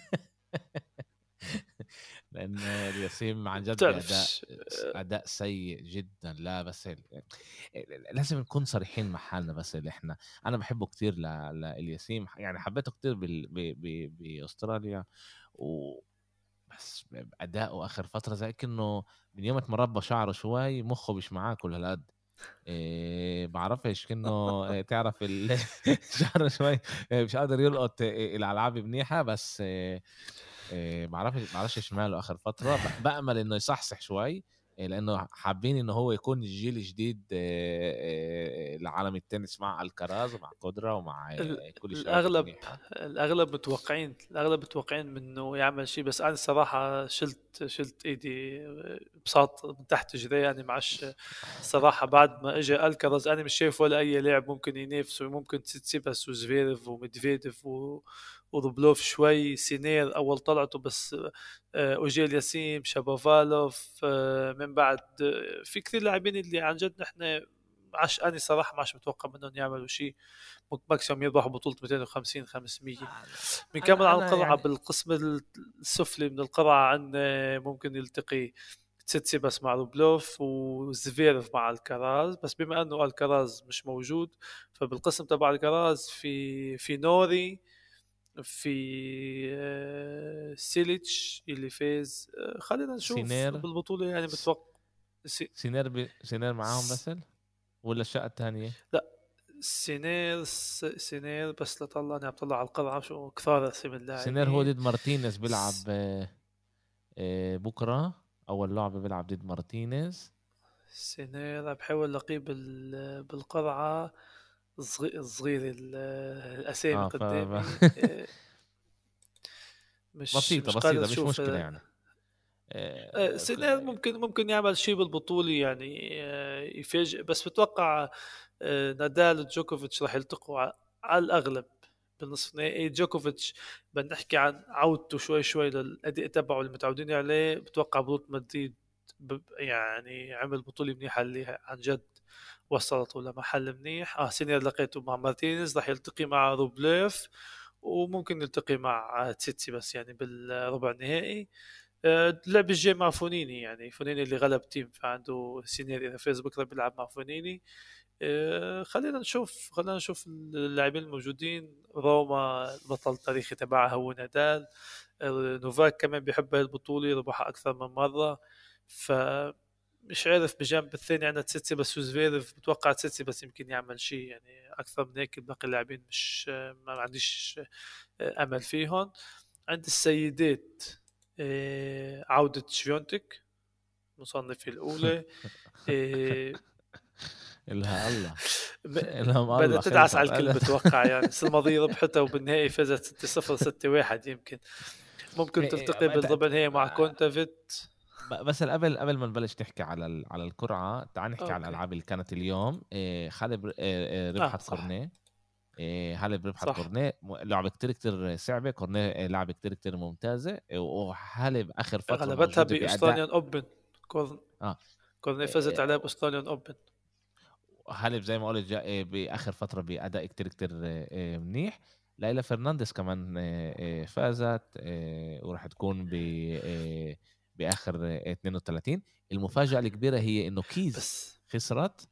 Speaker 1: لانه الياسيم عن جد باداء
Speaker 2: بتعرفش.
Speaker 1: اداء سيء جدا. لا بس ال- لازم نكون صريحين مع حالنا. بس اللي احنا انا بحبه كتير ل- للياسيم، يعني حبيته كتير بال... ب... ب... باستراليا. و بس اداؤه اخر فتره زي كأنه من يوم ما ربى شعره شوي مخه مش معاه كل هالقد. إيه بعرفش كأنه إيه تعرف ال- شعره شوي إيه مش قادر يلقط إيه الالعاب منيحه. بس إيه إيه بعرفش بعرفش ايش ماله اخر فتره. ب- بامل انه يصحصح شوي. إيه لانه حابين انه هو يكون الجيل الجديد إيه إيه لعالم التنس مع الكراز ومع قدره ومع
Speaker 2: ال-
Speaker 1: إيه كل الشغلات
Speaker 2: الأغلب
Speaker 1: المنيحه.
Speaker 2: الأغلب متوقعين الأغلب متوقعين منه يعمل شيء. بس أنا الصراحة شلت شلت إيدي بساط من تحت رجلي يعني. معش الصراحة بعد ما إجا الكرز أنا مش شايف ولا أي لاعب ممكن ينافسه. ممكن تسيتسيباس وزفيرف وميدفيديف و... وروبلوف شوي، سينير أول طلعته بس، آه، أوجيل ياسيم، شابوفالوف، آه، من بعد آه، في كثير لاعبين اللي عن جد نحن عش أنا صراحة ما عش متوقع منهم يعملوا شيء، ممكن ماكسيموم يربحوا بطولة مئتين وخمسين خمسمية. بنكمل
Speaker 1: هلا
Speaker 2: عن
Speaker 1: انا
Speaker 2: القرعة،
Speaker 1: يعني
Speaker 2: بالقسم السفلي من القرعة عندنا ممكن يلتقي تسيتسيباس مع روبلوف وزفيرف مع الكراز، بس بما انه الكراز مش موجود فبالقسم تبع الكراز في في نوري، في آه، سيليتش اللي فاز. آه، خلينا نشوف
Speaker 1: سينير
Speaker 2: بالبطولة يعني
Speaker 1: س-
Speaker 2: متوقع. سي...
Speaker 1: سينير ب... سينير معاهم
Speaker 2: س...
Speaker 1: بس ولا الشقة الثانية؟
Speaker 2: لا، سينير س... سينير بس لطلع انا عم طلع على القرعة شو كثار اسم
Speaker 1: سينير هو
Speaker 2: اللاعبين.
Speaker 1: ديد مارتينيز بيلعب
Speaker 2: س...
Speaker 1: آه، آه، بكرة أول لعبة بيلعب ديد مارتينيز.
Speaker 2: سينير بحاول الاقيه بال... بالقرعة. صغير صغير ال- الاسامي
Speaker 1: اه ف
Speaker 2: قدامي. آه، مش
Speaker 1: بسيطة
Speaker 2: مش قادر
Speaker 1: بسيطة مش
Speaker 2: اشوف.
Speaker 1: مشكلة يعني.
Speaker 2: آه،
Speaker 1: آه،
Speaker 2: سينال ممكن ممكن يعمل شيء بالبطولة يعني، آه، يفاجئ، بس بتوقع آه، نادال وجوكوفيتش راح يلتقوا ع- على الأغلب بالنصف النهائي. جوكوفيتش بدنا نحكي عن عودته شوي شوي للأداء تبعه اللي متعودين عليه. بتوقع بطولة مدريد ب- يعني عمل بطولة منيحة اللي عن جد وصلته لمحل منيح. اه سينير لقيته مع مارتينيز، راح يلتقي مع روبليف، وممكن يلتقي مع تسيتسي بس يعني بالربع النهائي. آه، لعب الجاي مع فونيني، يعني فونيني اللي غلب تيم فعنده سينيور اذا فاز بكره بيلعب مع فونيني. آه، خلينا نشوف خلينا نشوف اللاعبين الموجودين. روما البطل التاريخي تبعها هو نادال. آه، نوفاك كمان بيحب هاي البطولة، ربحها أكثر من مرة. ف مش عارف بجنب الثاني عندنا تسيتسي بس وزفيرف، بتوقع تسيتسي بس يمكن يعمل شيء يعني أكثر من هيك. باقي اللاعبين مش ما عنديش آه، أمل فيهم. عند السيدات آه، عودة شفيونتك مصنفة الأولى. آه،
Speaker 1: إلها الله.
Speaker 2: ب-
Speaker 1: إلهم
Speaker 2: بدها
Speaker 1: الله
Speaker 2: تدعس
Speaker 1: خلصت
Speaker 2: على الكل بتوقع يعني. السنة الماضية ربحتها وبالنهائي فازت ستة صفر ستة واحد يمكن. ممكن
Speaker 1: إيه إيه،
Speaker 2: تلتقي
Speaker 1: ما أنت-
Speaker 2: بالربع النهائي مع كونتافيت.
Speaker 1: ب- بس قبل قبل ما نبلش نحكي على ال- على القرعة، تعال نحكي على
Speaker 2: اوكي.
Speaker 1: الألعاب اللي كانت اليوم. إيه، حلب ر- إيه، إيه،
Speaker 2: اه
Speaker 1: ربحت
Speaker 2: صح.
Speaker 1: كورنيه. إيه، حلب ربحت
Speaker 2: صح.
Speaker 1: كورنيه، م- لعبة كتير كتير صعبة. كورنيه إيه، لعبة كتير كتير ممتازة. إيه، وحلب آخر فترة
Speaker 2: غلبتها
Speaker 1: موجودة بأداء.
Speaker 2: باستراليان اوبن. كورن
Speaker 1: اه
Speaker 2: كورني فازت
Speaker 1: إيه،
Speaker 2: عليها باستراليان اوبن.
Speaker 1: حلب زي ما قلت جا- إيه، بآخر فترة بأداء كتير كتير إيه، منيح. ليلى فرنانديز كمان إيه، إيه، فازت. إيه، وراح تكون ب إيه، بآخر إيه، اثنين وثلاثين. المفاجأة الكبيرة هي إنه كيز
Speaker 2: بس
Speaker 1: خسرت.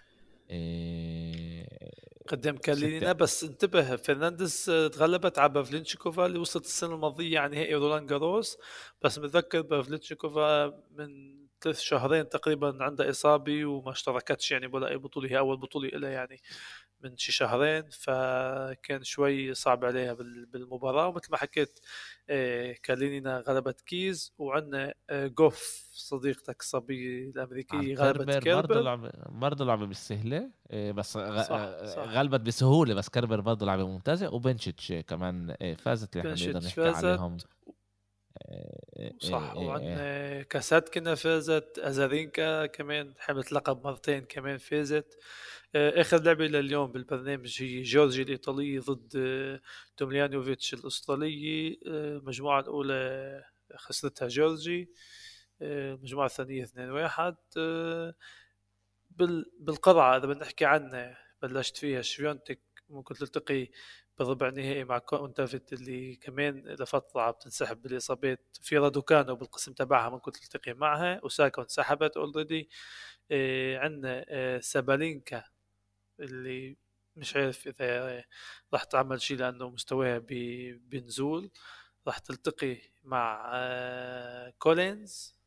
Speaker 1: إيه،
Speaker 2: قدام
Speaker 1: ستة.
Speaker 2: كالينينا، بس انتبه فرنانديز آه، تغلبت على بافلينشيكوفا اللي وصلت السنة الماضية على نهائي رولان جاروس. بس متذكر بافلينشيكوفا من ثلاث شهرين تقريبا عندها إصابة وما اشتركتش يعني ولا أي بطولة، هي أول بطولة لها يعني من شي شهرين، فكان شوي صعب عليها بال- بالمباراة. ومثل ما حكيت آه، كالينينا غلبت كيز، وعندنا آه، جوف صديقتك الصبية
Speaker 1: على
Speaker 2: الأمريكية غلبت
Speaker 1: الكربر برضه
Speaker 2: كيربر.
Speaker 1: لعبة برضه لعبة مش سهلة. إيه، بس غ-
Speaker 2: صح
Speaker 1: آه،
Speaker 2: صح.
Speaker 1: غلبت بسهولة. بس كربر برضه لعبة ممتازة. وبنشيتش كمان إيه، فازت، اللي احنا بنقدر
Speaker 2: بنشيت
Speaker 1: نحكي عليهم.
Speaker 2: فازت.
Speaker 1: إيه، إيه،
Speaker 2: صح.
Speaker 1: إيه، إيه.
Speaker 2: وعندنا كاساتكنا فازت، أزارينكا كمان حملت لقب مرتين كمان فازت. آه، آخر لعبة لليوم بالبرنامج هي جورجيا الإيطالية ضد آه، تومليانوفيتش الأسترالية. آه، المجموعة الأولى خسرتها جورجي. آه، المجموعة الثانية اثنين واحد. آه، بال- بالقرعة إذا بدنا نحكي عنها بلشت فيها شفيونتك، ممكن تلتقي بالربع النهائي مع كونتافيت اللي كمان لفترة عم تنسحب بالإصابات. في رادوكانو بالقسم تبعها ممكن تلتقي معها. أوساكا انسحبت اوريدي. إيه عندنا إيه سابالينكا اللي مش عارف إذا راح تعمل شيء لأنه مستواها بي- بنزول. راح تلتقي مع آه، كولينز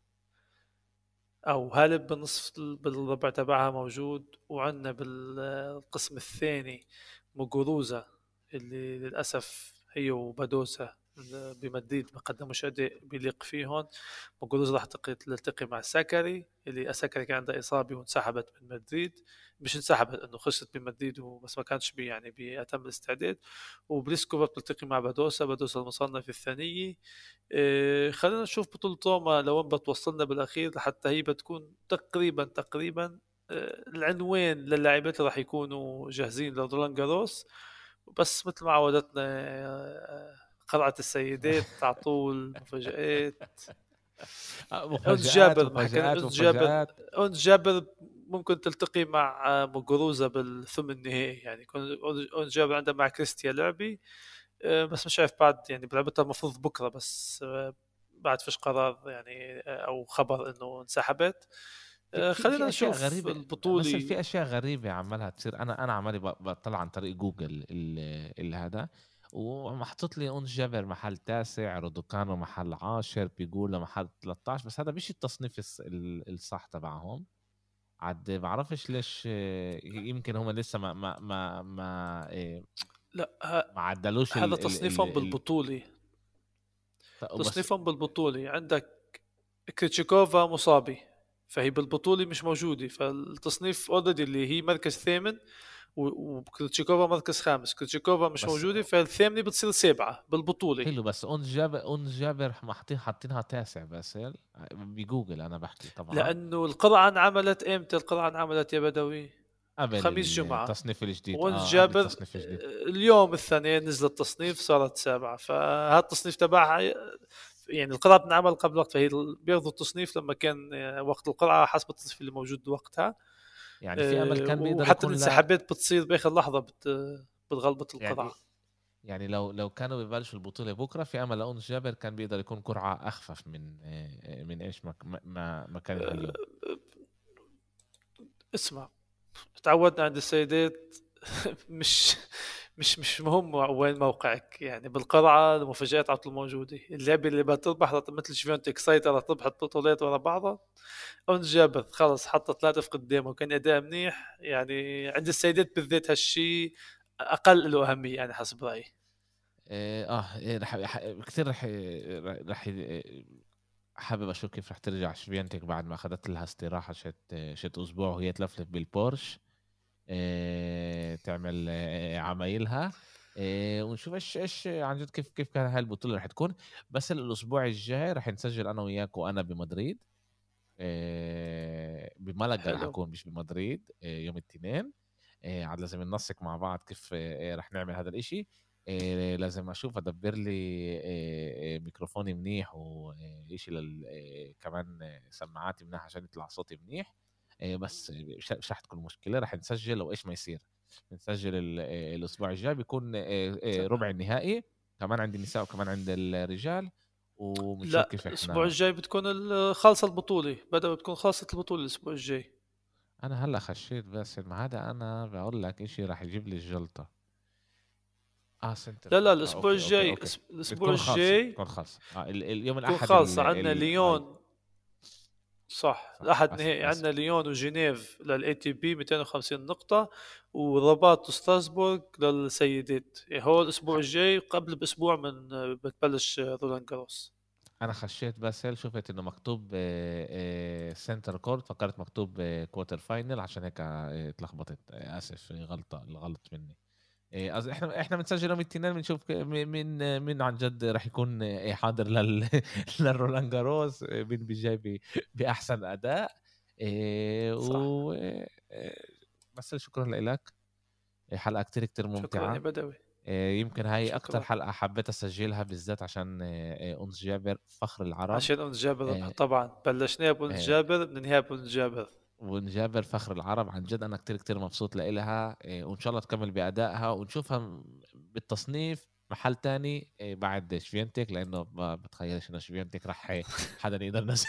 Speaker 2: او هالب بالنصف بالربع تبعها موجود. وعندنا بالقسم الثاني مقروزة اللي للأسف هي وبادوسا بمدريد ما قدموش أداء بيليق فيهم. مقروزة راح تلتقي تلتقي مع ساكري اللي ساكري كان عندها إصابة وانسحبت من مدريد. مش انسحبت انه خسرت من مدريد بس ما كانش بي يعني بأتم الاستعداد. وبليسكوفا بتلتقي مع بادوسا، بادوسا المصنف الثانية. إيه خلينا نشوف بطولة روما لو وين بتوصلنا بالأخير، لحتى هي بتكون تقريبا تقريبا آه، العنوان للاعبات اللي راح يكونوا جاهزين لرولان جاروس. بس مثل ما عودتنا آه، قرعة السيدات على طول مفاجآت.
Speaker 1: آه،
Speaker 2: أنس
Speaker 1: مفاجآت
Speaker 2: جابر، ما حكينا
Speaker 1: مفاجآت
Speaker 2: أنس جابر.
Speaker 1: مفاجآت.
Speaker 2: أنس جابر ممكن تلتقي مع آه، مقروزة بالثمن النهائي، يعني يكون أنس جابر عندها مع كريستيا لعبي. آه، بس مش عارف بعد، يعني بلعبتها المفروض بكرة، بس آه، بعد فيش قرار يعني آه، أو خبر إنه انسحبت.
Speaker 1: في
Speaker 2: آه،
Speaker 1: في
Speaker 2: خلينا
Speaker 1: في اشياء
Speaker 2: نشوف
Speaker 1: غريبه، بس
Speaker 2: البطولة.
Speaker 1: في اشياء غريبه عمالها تصير. انا انا عمالي ب- بطلع عن طريق جوجل ال- ال- هذا، ومحطوط لي اونس جابر محل تاسع، رودوكانو محل عاشر، بيقول محل ثلاثة عشر، بس هذا مش التصنيف الص- ال- الصح تبعهم. عاد بعرفش ليش. آه، يمكن هم لسه ما ما ما ما إيه،
Speaker 2: لا، ه-
Speaker 1: ما عدلوش
Speaker 2: هذا
Speaker 1: ال ال ال
Speaker 2: تصنيفهم
Speaker 1: ال
Speaker 2: بالبطولة.
Speaker 1: بس.
Speaker 2: تصنيفهم بالبطولة عندك كريتشيكوفا مصابي، فهي بالبطولة مش موجودة، فالتصنيف اوريدي اللي هي مركز ثامن، و- وكريتشيكوفا مركز خامس. كريتشيكوفا مش
Speaker 1: بس
Speaker 2: موجودة، فالثامنة بتصير سابعة بالبطولة.
Speaker 1: حلو، بس اونس جابر اونس جابر محطين حاطينها تاسع بس بجوجل، انا بحكي طبعا
Speaker 2: لأنه القرعة انعملت إمتى؟ القرعة انعملت يا بدوي
Speaker 1: قبل
Speaker 2: خميس جمعة.
Speaker 1: التصنيف الجديد.
Speaker 2: وانس
Speaker 1: اه قبل
Speaker 2: جابر
Speaker 1: التصنيف الجديد.
Speaker 2: آه، اليوم الثاني نزل التصنيف صارت سابعة، فهذا التصنيف تبعها يعني القرعة بتنعمل قبل وقت، فهي بياخذوا التصنيف لما كان آه، وقت القرعة حسب التصنيف اللي موجود وقتها.
Speaker 1: يعني في امل
Speaker 2: آه،
Speaker 1: كان بيقدر
Speaker 2: وحتى
Speaker 1: يكون ل
Speaker 2: الانسحابات بتصير باخر لحظة بت بتغلبط القرعة.
Speaker 1: يعني يعني لو لو كانوا ببلشوا البطولة بكرة، في امل لأونس جابر كان بيقدر يكون قرعة اخفف من آه، من ايش ما ما ما كانت
Speaker 2: آه،
Speaker 1: اليوم.
Speaker 2: اسمع، تعودنا عند السيدات مش مش مش مهم وين موقعك، يعني بالقرعة المفاجآت على طول موجودة. اللعبة اللي بتربح رح- مثل شفيونتك سيطرة رح تربح بطولات ورا بعضها. أون جابت خلص حطت ثلاثة في قدامه وكان أداء منيح، يعني عند السيدات بالذات هالشي أقل له أهمية يعني حسب رأيي.
Speaker 1: اه آه، إيه، رح رح- كثير رح رح حابب اشوف كيف رح ترجع شفينتك بعد ما اخذت لها استراحة شت شت اسبوع وهي تلفلف بالبورش. آه، تعمل آه، عمايلها. آه، ونشوف ايش ايش عن جد كيف كيف كان هاي البطوله رح تكون. بس الاسبوع الجاي رح نسجل انا وياك وانا بمدريد. آه، بملقا رح
Speaker 2: حلو.
Speaker 1: اكون مش بمدريد آه، يوم الاثنين. آه، عاد لازم ننسق مع بعض كيف آه، رح نعمل هذا الاشي. آه، لازم اشوف ادبر لي آه، آه، ميكروفوني منيح وإشي لل آه، كمان آه، سماعاتي منيح عشان يطلع صوتي منيح. آه، بس مش مش رح تكون مشكلة، رح نسجل لو ايش ما يصير. نسجل ال- آه، الاسبوع الجاي بيكون آه، آه، ربع
Speaker 2: تمام.
Speaker 1: النهائي، كمان عند النساء وكمان عند الرجال. وبنشوف
Speaker 2: لا،
Speaker 1: كيف
Speaker 2: الأسبوع
Speaker 1: احنا.
Speaker 2: الجاي بتكون ال- خالصة البطولة، بدأ بتكون خالصة البطولة الأسبوع الجاي.
Speaker 1: انا هلا خشيت بس ما هذا انا بقول لك اشي راح يجيب لي الجلطة. اه سنتر
Speaker 2: لا لا،
Speaker 1: كورت، اه
Speaker 2: الأسبوع
Speaker 1: اوكي اوكي
Speaker 2: الجاي
Speaker 1: اوكي.
Speaker 2: الأس- الأسبوع
Speaker 1: بتكون خالصة
Speaker 2: الجاي
Speaker 1: بتكون خالصة اه ال ال يوم
Speaker 2: بتكون
Speaker 1: الاحد ال
Speaker 2: خالصة. عندنا
Speaker 1: ال اي.
Speaker 2: ليون، صح،
Speaker 1: صح،
Speaker 2: الأحد
Speaker 1: اسف
Speaker 2: نهائي
Speaker 1: اسف.
Speaker 2: عندنا ليون وجنيف للاي تي بي مئتين وخمسين نقطة، ورباط وستراسبورغ للسيدات. يعني هو الأسبوع
Speaker 1: خ...
Speaker 2: الجاي قبل بأسبوع من بتبلش رولان جاروس.
Speaker 1: انا خشيت بس هل شفت انه مكتوب آه، آه، سنتر كورت، فكرت مكتوب آه، كوارتر فاينل، عشان هيك آه، اتلخبطت. آه، اسف، غلطة الغلط مني. إيه، قصدي احنا احنا بنسجل يوم الاثنين، بنشوف ك- م- مين مين عن جد رح يكون إيه، حاضر لل للرولان جاروس، إيه، مين بيجي ب- باحسن اداء. إيه،
Speaker 2: صح.
Speaker 1: و إيه، بس شكرا لك. حلقه كتير كتير
Speaker 2: شكرا يا
Speaker 1: ممتعه.
Speaker 2: بدوي.
Speaker 1: إيه، يمكن هاي اكتر
Speaker 2: شكرا.
Speaker 1: حلقه حبيت اسجلها بالذات عشان إيه، إيه، انس جابر فخر العرب.
Speaker 2: عشان أنس جابر
Speaker 1: إيه،
Speaker 2: طبعا، بلشناه بأنس
Speaker 1: إيه،
Speaker 2: جابر بننهيها بأنس جابر.
Speaker 1: وان جابر فخر العرب عن جد. انا كتير كتير مبسوط لإلها إيه، وان شاء الله تكمل بأدائها ونشوفها م- بالتصنيف محل تاني إيه، بعد شفينتك، لانه ما بتخيلش انه شفينتك راح حدا يقدر نزل.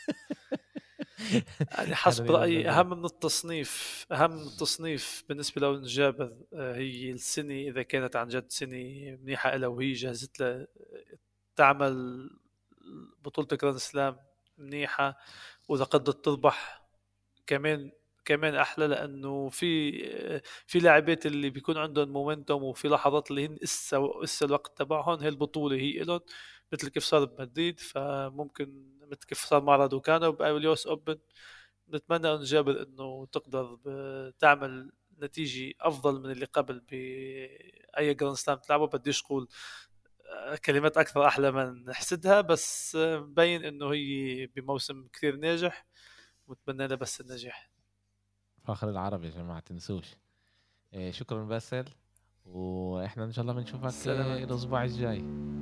Speaker 2: يعني
Speaker 1: حدا
Speaker 2: حسب
Speaker 1: يقدر
Speaker 2: رأيي
Speaker 1: نزل.
Speaker 2: أهم من التصنيف، أهم من التصنيف بالنسبة لأنس جابر آه، هي السنة، إذا كانت عن جد سنة منيحة لها وهي جهزت لها تعمل بطولة جراند سلام منيحة، وإذا قدرت تربح كمان كمان أحلى. لأنه في في لاعبات اللي بيكون عندهم مومنتوم، وفي لحظات اللي هن إسا إسا الوقت تبعهم، هي البطولة هي إلهم، مثل كيف صار بمدريد. فممكن مثل كيف صار مع رادوكانو بأوليوس أوبن. نتمنى أن جابر إنه تقدر ب- تعمل نتيجة أفضل من اللي قبل بأي جراند سلام تلعبه. بديش أقول كلمات أكثر أحلى من نحسدها، بس مبين إنه هي بموسم كثير ناجح، ونتمنى لها بس النجاح.
Speaker 1: فخر العرب يا جماعة تنسوش. إيه، شكرا باسل. واحنا ان شاء الله بنشوفك آه،
Speaker 2: سلامات.
Speaker 1: الاسبوع الجاي.